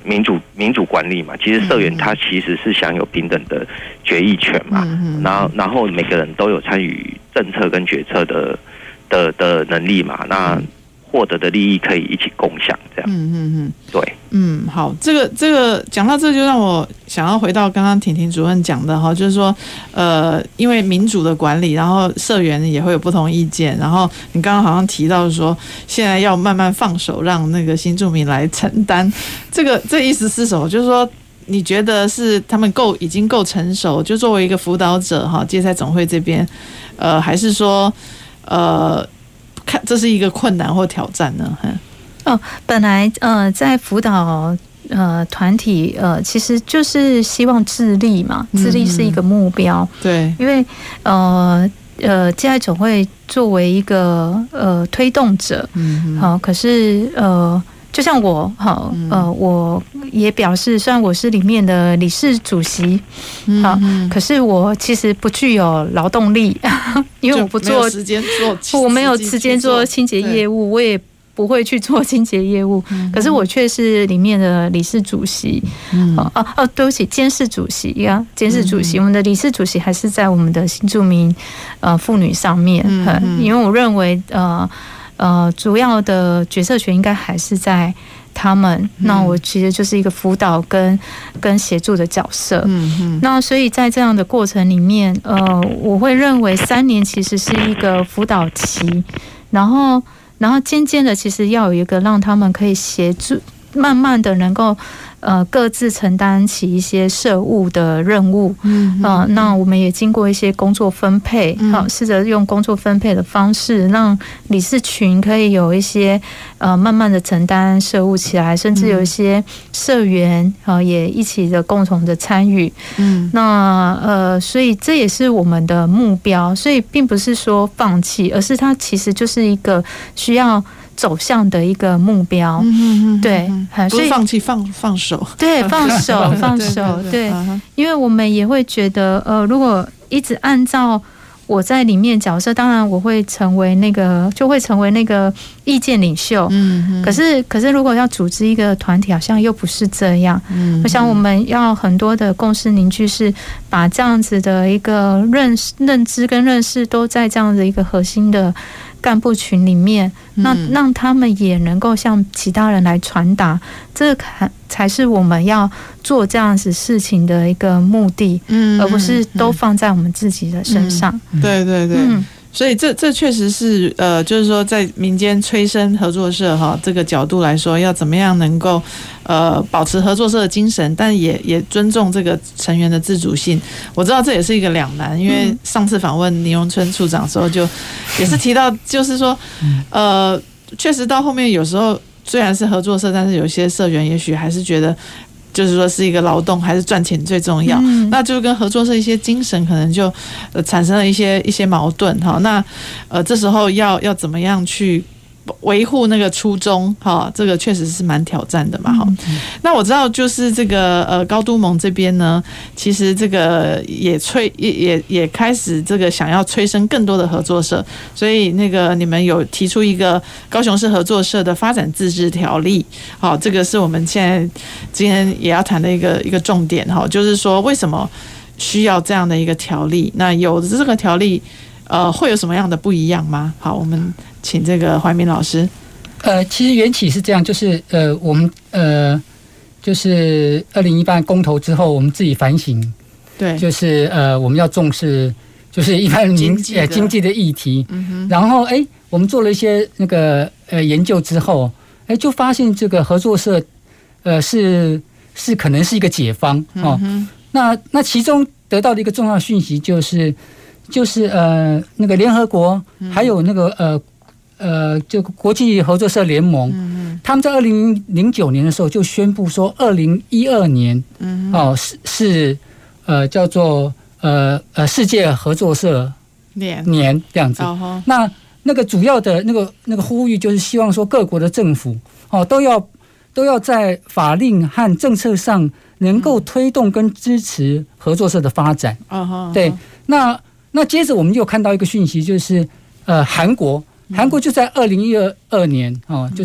民主民主管理嘛，其实社员他其实是享有平等的决议权嘛，嗯、然后然后每个人都有参与政策跟决策的的的能力嘛，那获得的利益可以一起共享，这样。嗯嗯嗯，对， 嗯，好，这个这个讲到这就让我想要回到刚刚婷婷主任讲的哈，就是说，呃，因为民主的管理，然后社员也会有不同意见，然后你刚刚好像提到说，现在要慢慢放手，让那个新住民来承担，这个这意思是什么？就是说，你觉得是他们够已经够成熟，就作为一个辅导者哈，芥菜总会这边，呃，还是说，呃。看，这是一个困难或挑战呢？ 哦，本来呃，在辅导呃团体呃，其实就是希望自立嘛，自立是一个目标。嗯、 对， 因为呃呃，芥菜总会作为一个呃推动者，嗯，好、呃，可是呃。就像我，好，呃，我也表示，虽然我是里面的理事主席，好，可是我其实不具有劳动力，因为我不做时间做， 我没有时间做清洁业务，我也不会去做清洁业务，可是我却是里面的理事主席，哦哦哦，对不起，监事主席呀，监事主席，我们的理事主席还是在我们的新住民呃妇女上面，因为我认为呃。呃，主要的决策权应该还是在他们。嗯、那我其实就是一个辅导跟跟协助的角色。嗯嗯。那所以在这样的过程里面，呃，我会认为三年其实是一个辅导期，然后然后渐渐的，其实要有一个让他们可以协助，慢慢的能够。呃，各自承担起一些社务的任务，嗯，呃，那我们也经过一些工作分配，好、嗯，试着用工作分配的方式，让理事群可以有一些呃，慢慢的承担社务起来，甚至有一些社员啊、呃，也一起的共同的参与，嗯，那呃，所以这也是我们的目标，所以并不是说放弃，而是它其实就是一个需要。走向的一个目标，嗯嗯对， 不是放弃，放放手， 对，放手，放手，对，因为我们也会觉得，呃，如果一直按照我在里面角色，当然我会成为那个，就会成为那个意见领袖，嗯，可是，可是如果要组织一个团体，好像又不是这样，嗯，我想我们要很多的共识凝聚，是把这样子的一个认识、认知跟认识都在这样的一个核心的。干部群里面，那让他们也能够向其他人来传达，这个才是我们要做这样子事情的一个目的，嗯，而不是都放在我们自己的身上。 嗯、对对对。嗯所以这这确实是呃，就是说在民间催生合作社哈这个角度来说，要怎么样能够呃保持合作社的精神，但也也尊重这个成员的自主性。我知道这也是一个两难，因为上次访问倪荣春处长的时候，就也是提到，就是说呃，确实到后面有时候虽然是合作社，但是有些社员也许还是觉得。就是说是一个劳动还是赚钱最重要，嗯、那就跟合作社一些精神可能就呃产生了一些一些矛盾哈。那呃这时候要要怎么样去维护那个初衷哈？这个确实是蛮挑战的嘛哈。嗯、那我知道就是这个呃高都盟这边呢，其实这个也催也也也开始这个想要催生更多的合作社，所以那个你们有提出一个高雄市合作社的发展自治条例，好，这个是我们现在今天也要谈的一个一个重点哈，就是说为什么需要这样的一个条例？那有这个条例。呃，会有什么样的不一样吗？好，我们请这个怀民老师。 呃，其实缘起是这样，就是呃，我们呃，就是二零一八公投之后，我们自己反省， 对， 就是呃，我们要重视，就是一般民呃经济的议题。嗯、然后哎，我们做了一些那个呃研究之后，哎，就发现这个合作社呃是是可能是一个解方哦。嗯、那那其中得到的一个重要讯息就是。就是呃，那个联合国还有那个呃呃，就国际合作社联盟，嗯、他们在二零零九年的时候就宣布说，二零一二年，嗯、哦是是呃叫做呃呃世界合作社年年这样子。哦、那那个主要的那个那个呼吁就是希望说各国的政府哦都要都要在法令和政策上能够推动跟支持合作社的发展。哦、对，那。那接着我们又看到一个讯息，就是呃，韩国，韩国就在二零一二年哦，就是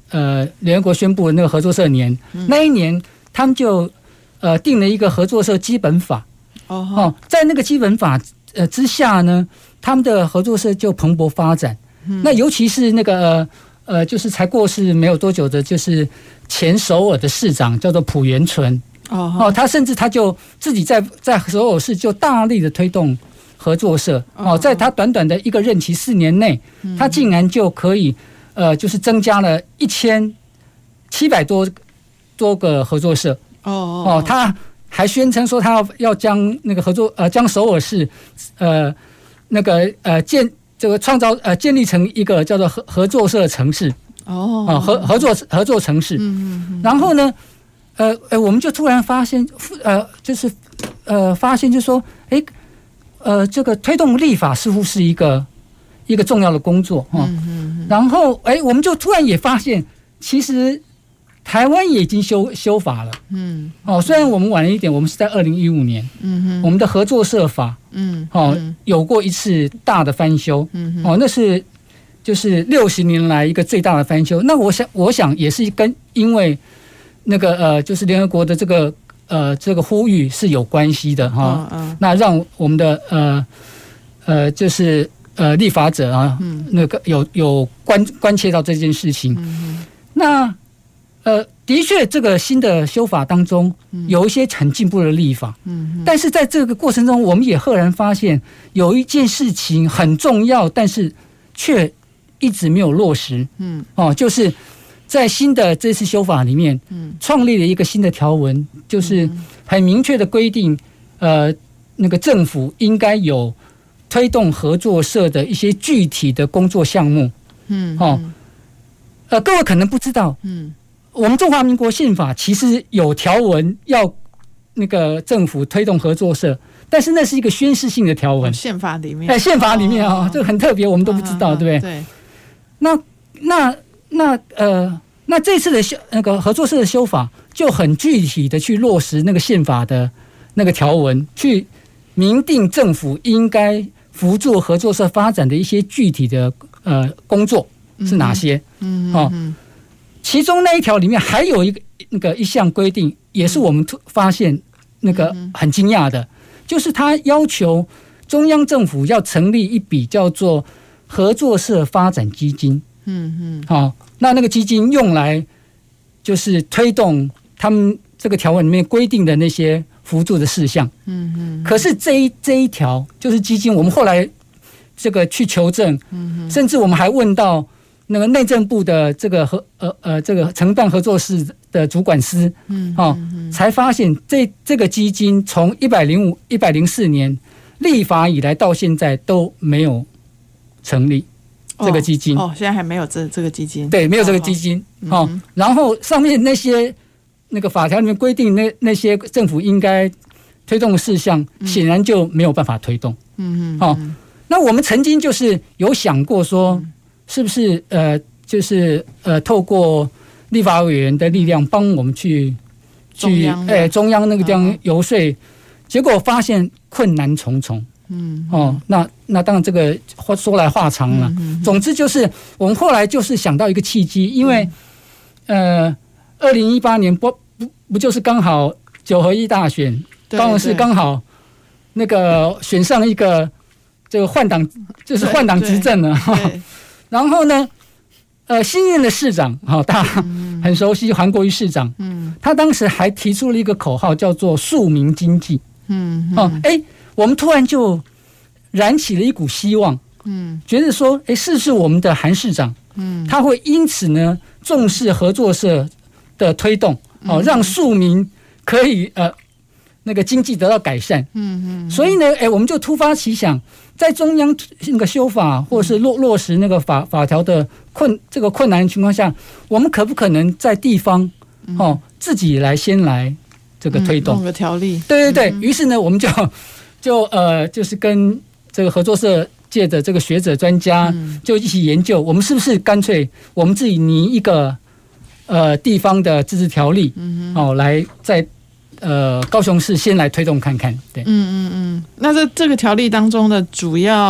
呃联合国宣布的那个合作社年，嗯、那一年他们就呃定了一个合作社基本法。哦，哦，在那个基本法呃之下呢，他们的合作社就蓬勃发展。嗯、那尤其是那个呃就是才过世没有多久的，就是前首尔的市长叫做朴元淳。哦，哦，他甚至他就自己在在首尔市就大力的推动合作社。哦，在他短短的一个任期四年内，嗯、他竟然就可以呃就是增加了一千七百多多个合作社。哦哦，哦，他还宣称说他要要将那个合作呃将首尔市呃那个呃建这个创造呃建立成一个叫做合合作社城市。哦，啊合合作合作城市。嗯嗯。然后呢，呃呃我们就突然发现呃就是呃发现就是说哎呃这个推动立法似乎是一个一个重要的工作哈。嗯嗯。然后哎我们就突然也发现其实。台湾也已经修修法了，嗯，哦，虽然我们晚了一点，我们是在二零一五年，嗯哼，我们的合作社法，嗯，哦，有过一次大的翻修，嗯哦，那是就是六十年来一个最大的翻修。那我想，我想也是跟因为那个呃，就是联合国的这个呃这个呼吁是有关系的哈、哦。嗯，那让我们的呃呃就是呃立法者啊，嗯，那个有有关关切到这件事情，嗯，那。呃，的确，这个新的修法当中有一些很进步的立法，嗯，但是在这个过程中，我们也赫然发现有一件事情很重要，但是却一直没有落实，嗯，哦，就是在新的这次修法里面，嗯，创立了一个新的条文，就是很明确的规定，呃，那个政府应该有推动合作社的一些具体的工作项目，嗯，哦，呃，各位可能不知道，嗯。我们中华民国宪法其实有条文要那个政府推动合作社，但是那是一个宣示性的条文。 宪法里面， 哎，宪法里面啊、哦，这个很特别，我们都不知道，哦、对不对？对。那那那呃，那这次的修那个合作社的修法，就很具体的去落实那个宪法的那个条文，去明定政府应该辅助合作社发展的一些具体的呃工作是哪些？嗯，哦。嗯其中那一条里面还有一个那个一项规定，也是我们发现那个很惊讶的，就是他要求中央政府要成立一笔叫做合作社发展基金。嗯嗯，好，那那个基金用来就是推动他们这个条文里面规定的那些辅助的事项。嗯嗯，可是这一这一条就是基金，我们后来这个去求证，甚至我们还问到。那个内政部的这个合呃呃这个承办合作室的主管司，嗯，哦，才发现这这个基金从一百零五一百零四年立法以来到现在都没有成立这个基金。 哦，哦现在还没有这这个基金。 对，没有这个基金。哦，哦然后上面那些那个法条里面规定那那些政府应该推动的事项，显然就没有办法推动。嗯嗯。哦，那我们曾经就是有想过说。嗯是不是呃，就是呃，透过立法委员的力量帮我们去去哎中央那个地方游说，嗯、结果发现困难重重。嗯哦，那那当然这个说来话长了。嗯嗯、总之就是我们后来就是想到一个契机，因为、嗯、呃，二零一八年不不不就是刚好九合一大选，高雄市刚好那个选上一个这个换党，就是换党执政了。然后呢，呃，新任的市长，好、哦，大家很熟悉韩国瑜市长，嗯，他当时还提出了一个口号，叫做“庶民经济”，嗯，哦，哎，我们突然就燃起了一股希望，嗯，觉得说，哎，是不是我们的韩市长，嗯，他会因此呢重视合作社的推动，哦，让庶民可以呃那个经济得到改善，嗯嗯，所以呢，哎，我们就突发奇想。在中央那个修法或是落落实那个法法条的困这个困难的情况下，我们可不可能在地方哦自己来先来这个推动、嗯、 弄个条例？ 对对对，嗯、于是呢，我们就就呃就是跟这个合作社界的这个学者专家就一起研究，我们是不是干脆我们自己拟一个呃地方的自治条例，嗯、哦来在。呃，高雄市先来推动看看，对， 嗯嗯嗯。那这这个条例当中的主要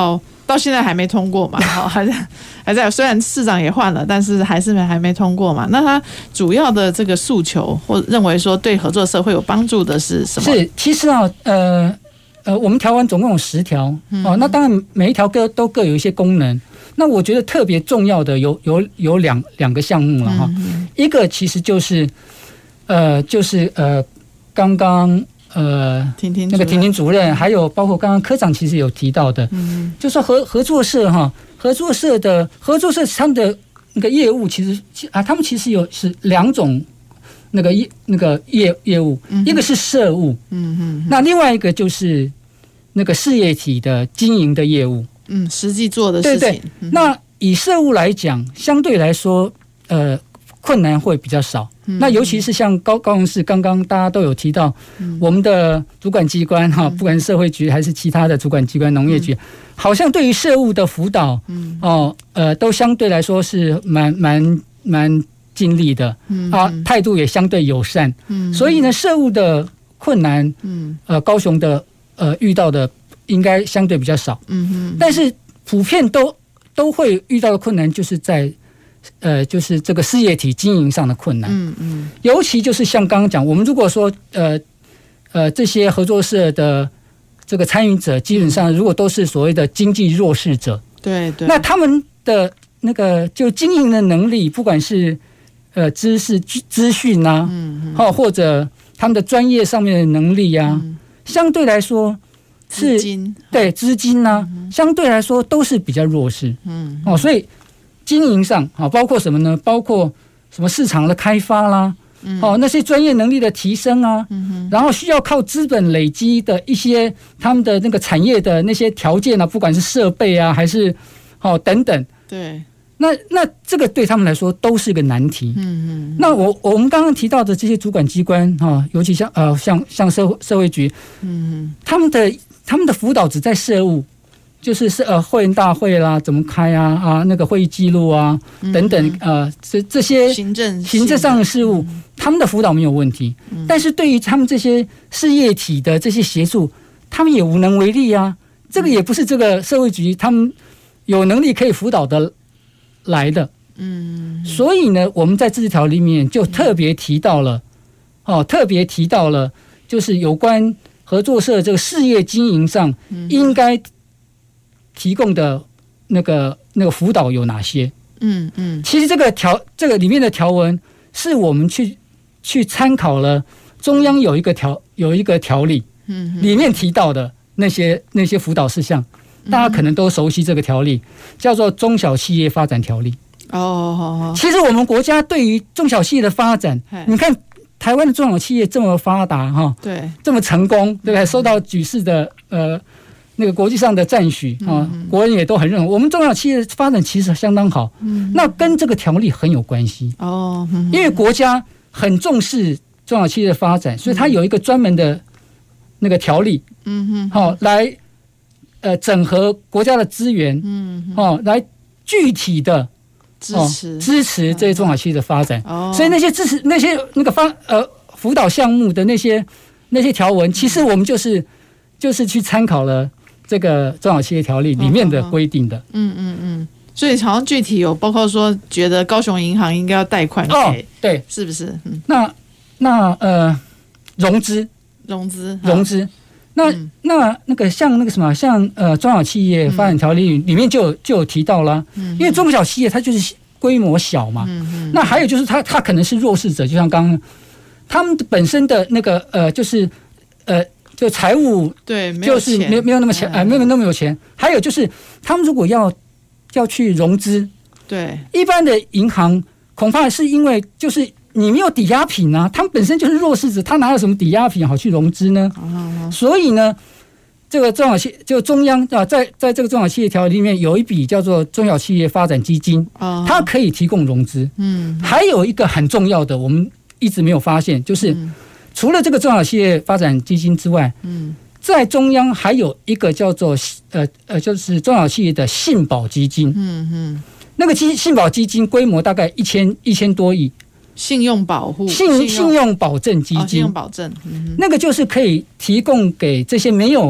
到现在还没通过嘛，哈，还在还在，虽然市长也换了，但是还是还没通过嘛。那他主要的这个诉求或认为说对合作社会有帮助的是什么？ 是，其实啊，呃呃，我们条文总共有十条， 嗯、 哦，那当然每一条各都各有一些功能。那我觉得特别重要的有有有两两个项目了哈，嗯、一个其实就是呃就是呃刚刚。呃， 婷婷那个婷婷主任，还有包括刚刚科长其实有提到的，嗯，就是合合作社哈，合作社的合作社他们的那个业务其实啊，他们其实有是两种那个业那个业业务，嗯、一个是社务，嗯嗯，那另外一个就是那个事业体的经营的业务， 嗯，实际做的事情。对对， 嗯、那以社务来讲，相对来说，呃。困难会比较少，嗯、那尤其是像高高雄市，刚刚大家都有提到，嗯、我们的主管机关哈，不管是社会局还是其他的主管机关，农业局，嗯、好像对于社务的辅导，嗯、哦，呃，都相对来说是蛮蛮蛮尽力的，嗯、啊，态度也相对友善，嗯、所以呢，社务的困难，嗯、呃，高雄的呃遇到的应该相对比较少，嗯、但是普遍都都会遇到的困难就是在。呃，就是这个事业体经营上的困难，嗯嗯，尤其就是像刚刚讲，我们如果说呃呃这些合作社的这个参与者，基本上如果都是所谓的经济弱势者， 对对， 那他们的那个就经营的能力，不管是呃知识资讯啊，嗯嗯，或者他们的专业上面的能力啊，嗯、相对来说是资金对资金啊，嗯、相对来说都是比较弱势，嗯哦，所以。经营上啊，包括什么呢？包括什么市场的开发啦，嗯、哦，那些专业能力的提升啊，嗯、然后需要靠资本累积的一些他们的那个产业的那些条件啊，不管是设备啊，还是哦等等， 对， 那那这个对他们来说都是个难题。嗯嗯。那我我们刚刚提到的这些主管机关哈、哦，尤其像呃像像社会社会局，嗯，他们的他们的辅导只在社务。就是是呃会员大会啦，怎么开啊啊那个会议记录啊等等呃这这些行政行政上的事务，嗯、他们的辅导没有问题，嗯、但是对于他们这些事业体的这些协助，他们也无能为力啊。这个也不是这个社会局他们有能力可以辅导的来的。嗯，所以呢，我们在这条里面就特别提到了，哦，特别提到了，就是有关合作社这个事业经营上应该。提供的那个那个辅导有哪些？嗯嗯，其实这个条这个里面的条文是我们去去参考了中央有一个条有一个条例，嗯，里面提到的那些那些辅导事项，大家可能都熟悉这个条例，叫做《中小企业发展条例》。哦，好好。其实我们国家对于中小企业的发展，你看台湾的中小企业这么发达哈，对，这么成功，对不对？受到举世的呃。那个国际上的赞许啊，国人也都很认为我们中小企业发展其实相当好。嗯，那跟这个条例很有关系哦，因为国家很重视中小企业的发展，所以它有一个专门的那个条例，嗯哼，好来呃整合国家的资源，嗯，哦来具体的支持支持这些中小企业的发展。哦，所以那些支持那些那个发呃辅导项目的那些那些条文，其实我们就是就是去参考了。这个中小企业条例里面的规定的， 嗯嗯嗯，所以好像具体有包括说，觉得高雄银行应该要贷款给，哦、 对， 是不是？嗯、 那那呃，融资， 融资， 融资，那、嗯、那那个像那个什么，像呃中小企业发展条例里面就有就有提到了，嗯、因为中小企业它就是规模小嘛，嗯嗯，那还有就是它它可能是弱势者，就像刚刚他们本身的那个呃，就是呃。就财务对， 就是没有没有那么钱，哎，没有那么有钱。还有就是，他们如果要要去融资， 对， 一般的银行恐怕是因为就是你没有抵押品啊，他们本身就是弱势者，他哪有什么抵押品好去融资呢？哦、所以呢，这个中小企就中央啊，在在这个中小企业条例里面有一笔叫做中小企业发展基金，哦、它可以提供融资。嗯，还有一个很重要的，我们一直没有发现，就是。嗯除了这个中小企业发展基金之外，嗯，在中央还有一个叫做呃呃，就是中小企业的信保基金，嗯嗯，那个基信保基金规模大概一千一千多亿， 信用保护信信用保证基金， 哦、信用保证，嗯、 那个就是可以提供给这些没有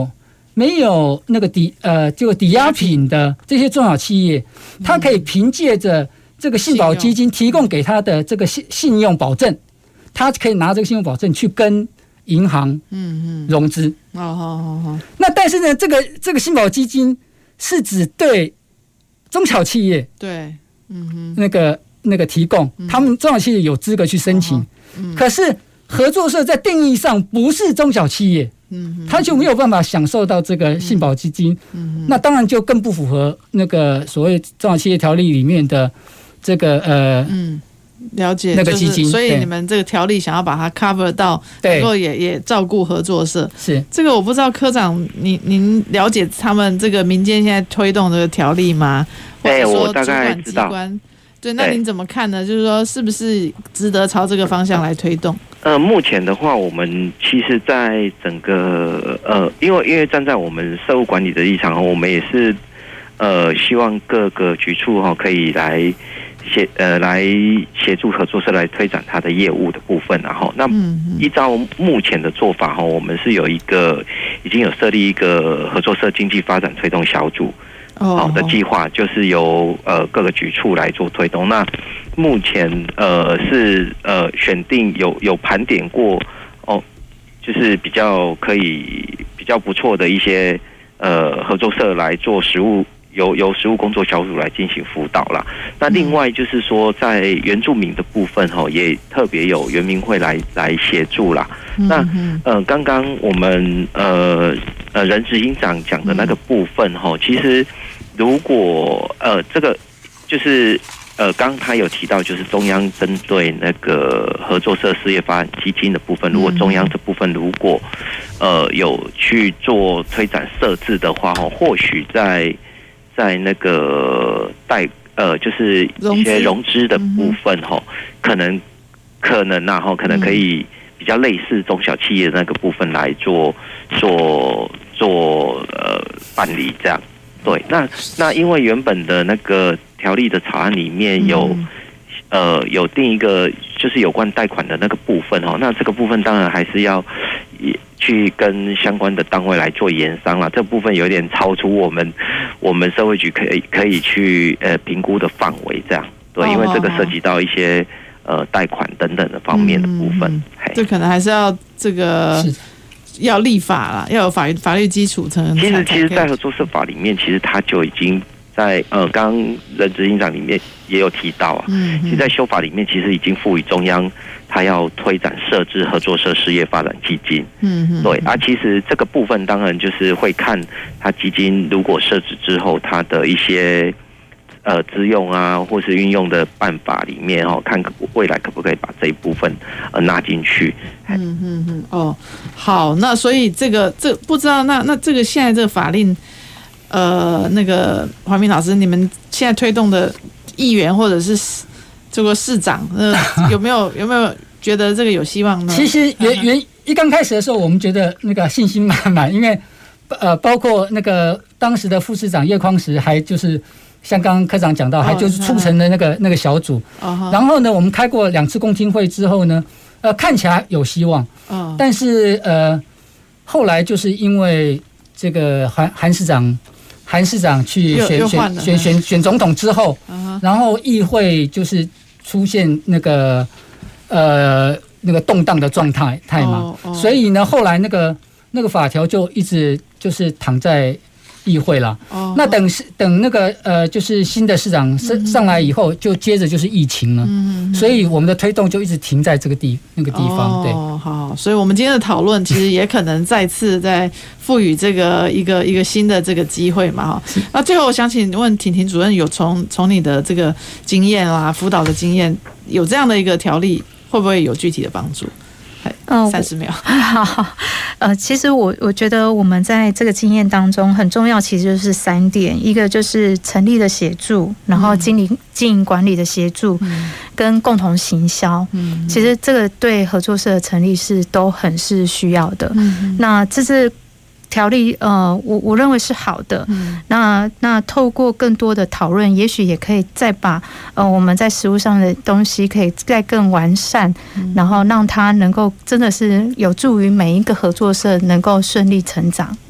没有那个抵呃这个抵押品的这些中小企业，它可以凭借着这个信保基金提供给他的这个信信用保证，他可以拿这个信用保证去跟银行嗯嗯融资。哦好好好。那但是呢，这个这个信保基金是只对中小企业对嗯哼那个那个提供，他们中小企业有资格去申请。嗯、可是合作社在定义上不是中小企业。嗯，他就没有办法享受到这个信保基金，嗯，那当然就更不符合那个所谓中小企业条例里面的这个呃，嗯， 了解那个基金， 所以你们这个条例想要把它 cover 到，能够也也照顾合作社， 是这个我不知道科长您您了解他们这个民间现在推动这个条例吗？ 对，我大概知道。 对，那您怎么看呢？就是说，是不是值得朝这个方向来推动？ 呃，目前的话，我们其实，在整个呃，因为因为站在我们社务管理的立场，我们也是呃，希望各个局处哈可以来协呃来协助合作社来推展它的业务的部分，然后那依照目前的做法哈，我们是有一个已经有设立一个合作社经济发展推动小组。好的计划就是由呃各个局处来做推动。那目前呃是呃选定有有盘点过哦，就是比较可以比较不错的一些呃合作社来做实务，由由实务工作小组来进行辅导啦。那另外就是说，在原住民的部分哈、哦，也特别有原民会来来协助啦。那呃刚刚我们呃呃任执行长讲的那个部分哈、哦，其实。如果呃，这个就是呃，刚刚他有提到，就是中央针对那个合作社事业发展基金的部分，如果中央这部分如果呃有去做推展设置的话，哈，或许在在那个贷呃，就是一些融资的部分，哈，可能可能啊，哈，可能可以比较类似中小企业的那个部分来做做做呃办理这样。对，那那因为原本的那个条例的草案里面有，嗯、呃，有定一个就是有关贷款的那个部分哦，那这个部分当然还是要去跟相关的单位来做研商啦。这部分有点超出我们我们社会局可以可以去呃评估的范围，这样对，因为这个涉及到一些呃贷款等等的方面的部分，嗯、 这可能还是要这个。要立法啦，要有法律法律基础才能。 其实，其实，在合作社法里面，其实它就已经在呃，刚刚任执行长里面也有提到啊。嗯。其实，在修法里面，其实已经赋予中央，它要推展设置合作社事业发展基金。嗯嗯。对啊，其实这个部分当然就是会看它基金如果设置之后，它的一些呃资用啊，或是运用的办法里面哦，看未来可不可以把这一部分呃纳进去。 嗯嗯嗯哦，好，那所以这个这不知道那那这个现在这个法令，呃，那个黄明老师，你们现在推动的议员或者是这个市长，呃，有没有有没有觉得这个有希望呢？ 其实原原一刚开始的时候，我们觉得那个信心满满，因为呃，包括那个当时的副市长叶匡时，还就是像刚刚科长讲到，还就是促成的那个那个小组。然后呢，我们开过两次公听会之后呢。呃，看起来有希望，嗯，但是呃，后来就是因为这个韩韩市长，韩市长去选选选选选总统之后，嗯、然后议会就是出现那个呃那个动荡的状态态嘛，哦哦、所以呢，后来那个那个法条就一直就是躺在议会了。哦、那等是等那个呃，就是新的市长上上来以后，就接着就是疫情了。嗯，所以我们的推动就一直停在这个地那个地方。对， 哦，好，所以我们今天的讨论其实也可能再次再赋予这个一个一个新的这个机会嘛。哈，那最后我想请问婷婷主任，有从从你的这个经验啦、辅导的经验，有这样的一个条例，会不会有具体的帮助？嗯，三十秒。 好，呃，其实我我觉得我们在这个经验当中很重要，其实就是三点，一个就是成立的协助，然后经营经营管理的协助，嗯、跟共同行销。嗯，其实这个对合作社的成立是都很是需要的。嗯，那这是。条例呃，我我认为是好的。嗯、那那透过更多的讨论，也许也可以再把呃我们在实务上的东西可以再更完善，嗯、然后让它能够真的是有助于每一个合作社能够顺利成长。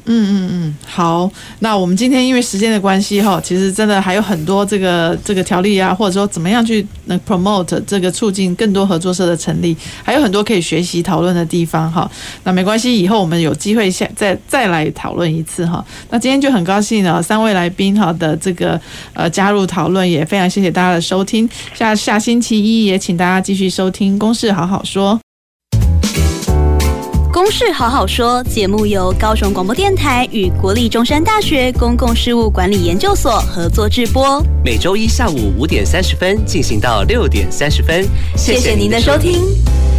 嗯嗯嗯，好，那我们今天因为时间的关系哈，其实真的还有很多这个这个条例啊，或者说怎么样去能 promote 这个促进更多合作社的成立，还有很多可以学习讨论的地方哈。那没关系，以后我们有机会下再再来讨论一次哈。那今天就很高兴呢，三位来宾哈的这个呃加入讨论，也非常谢谢大家的收听。下下星期一也请大家继续收听《公事好好说》。 公事好好说节目由高雄广播电台与国立中山大学公共事务管理研究所合作制播， 每周一下午五点三十分进行到六点三十分。 谢谢您的收听。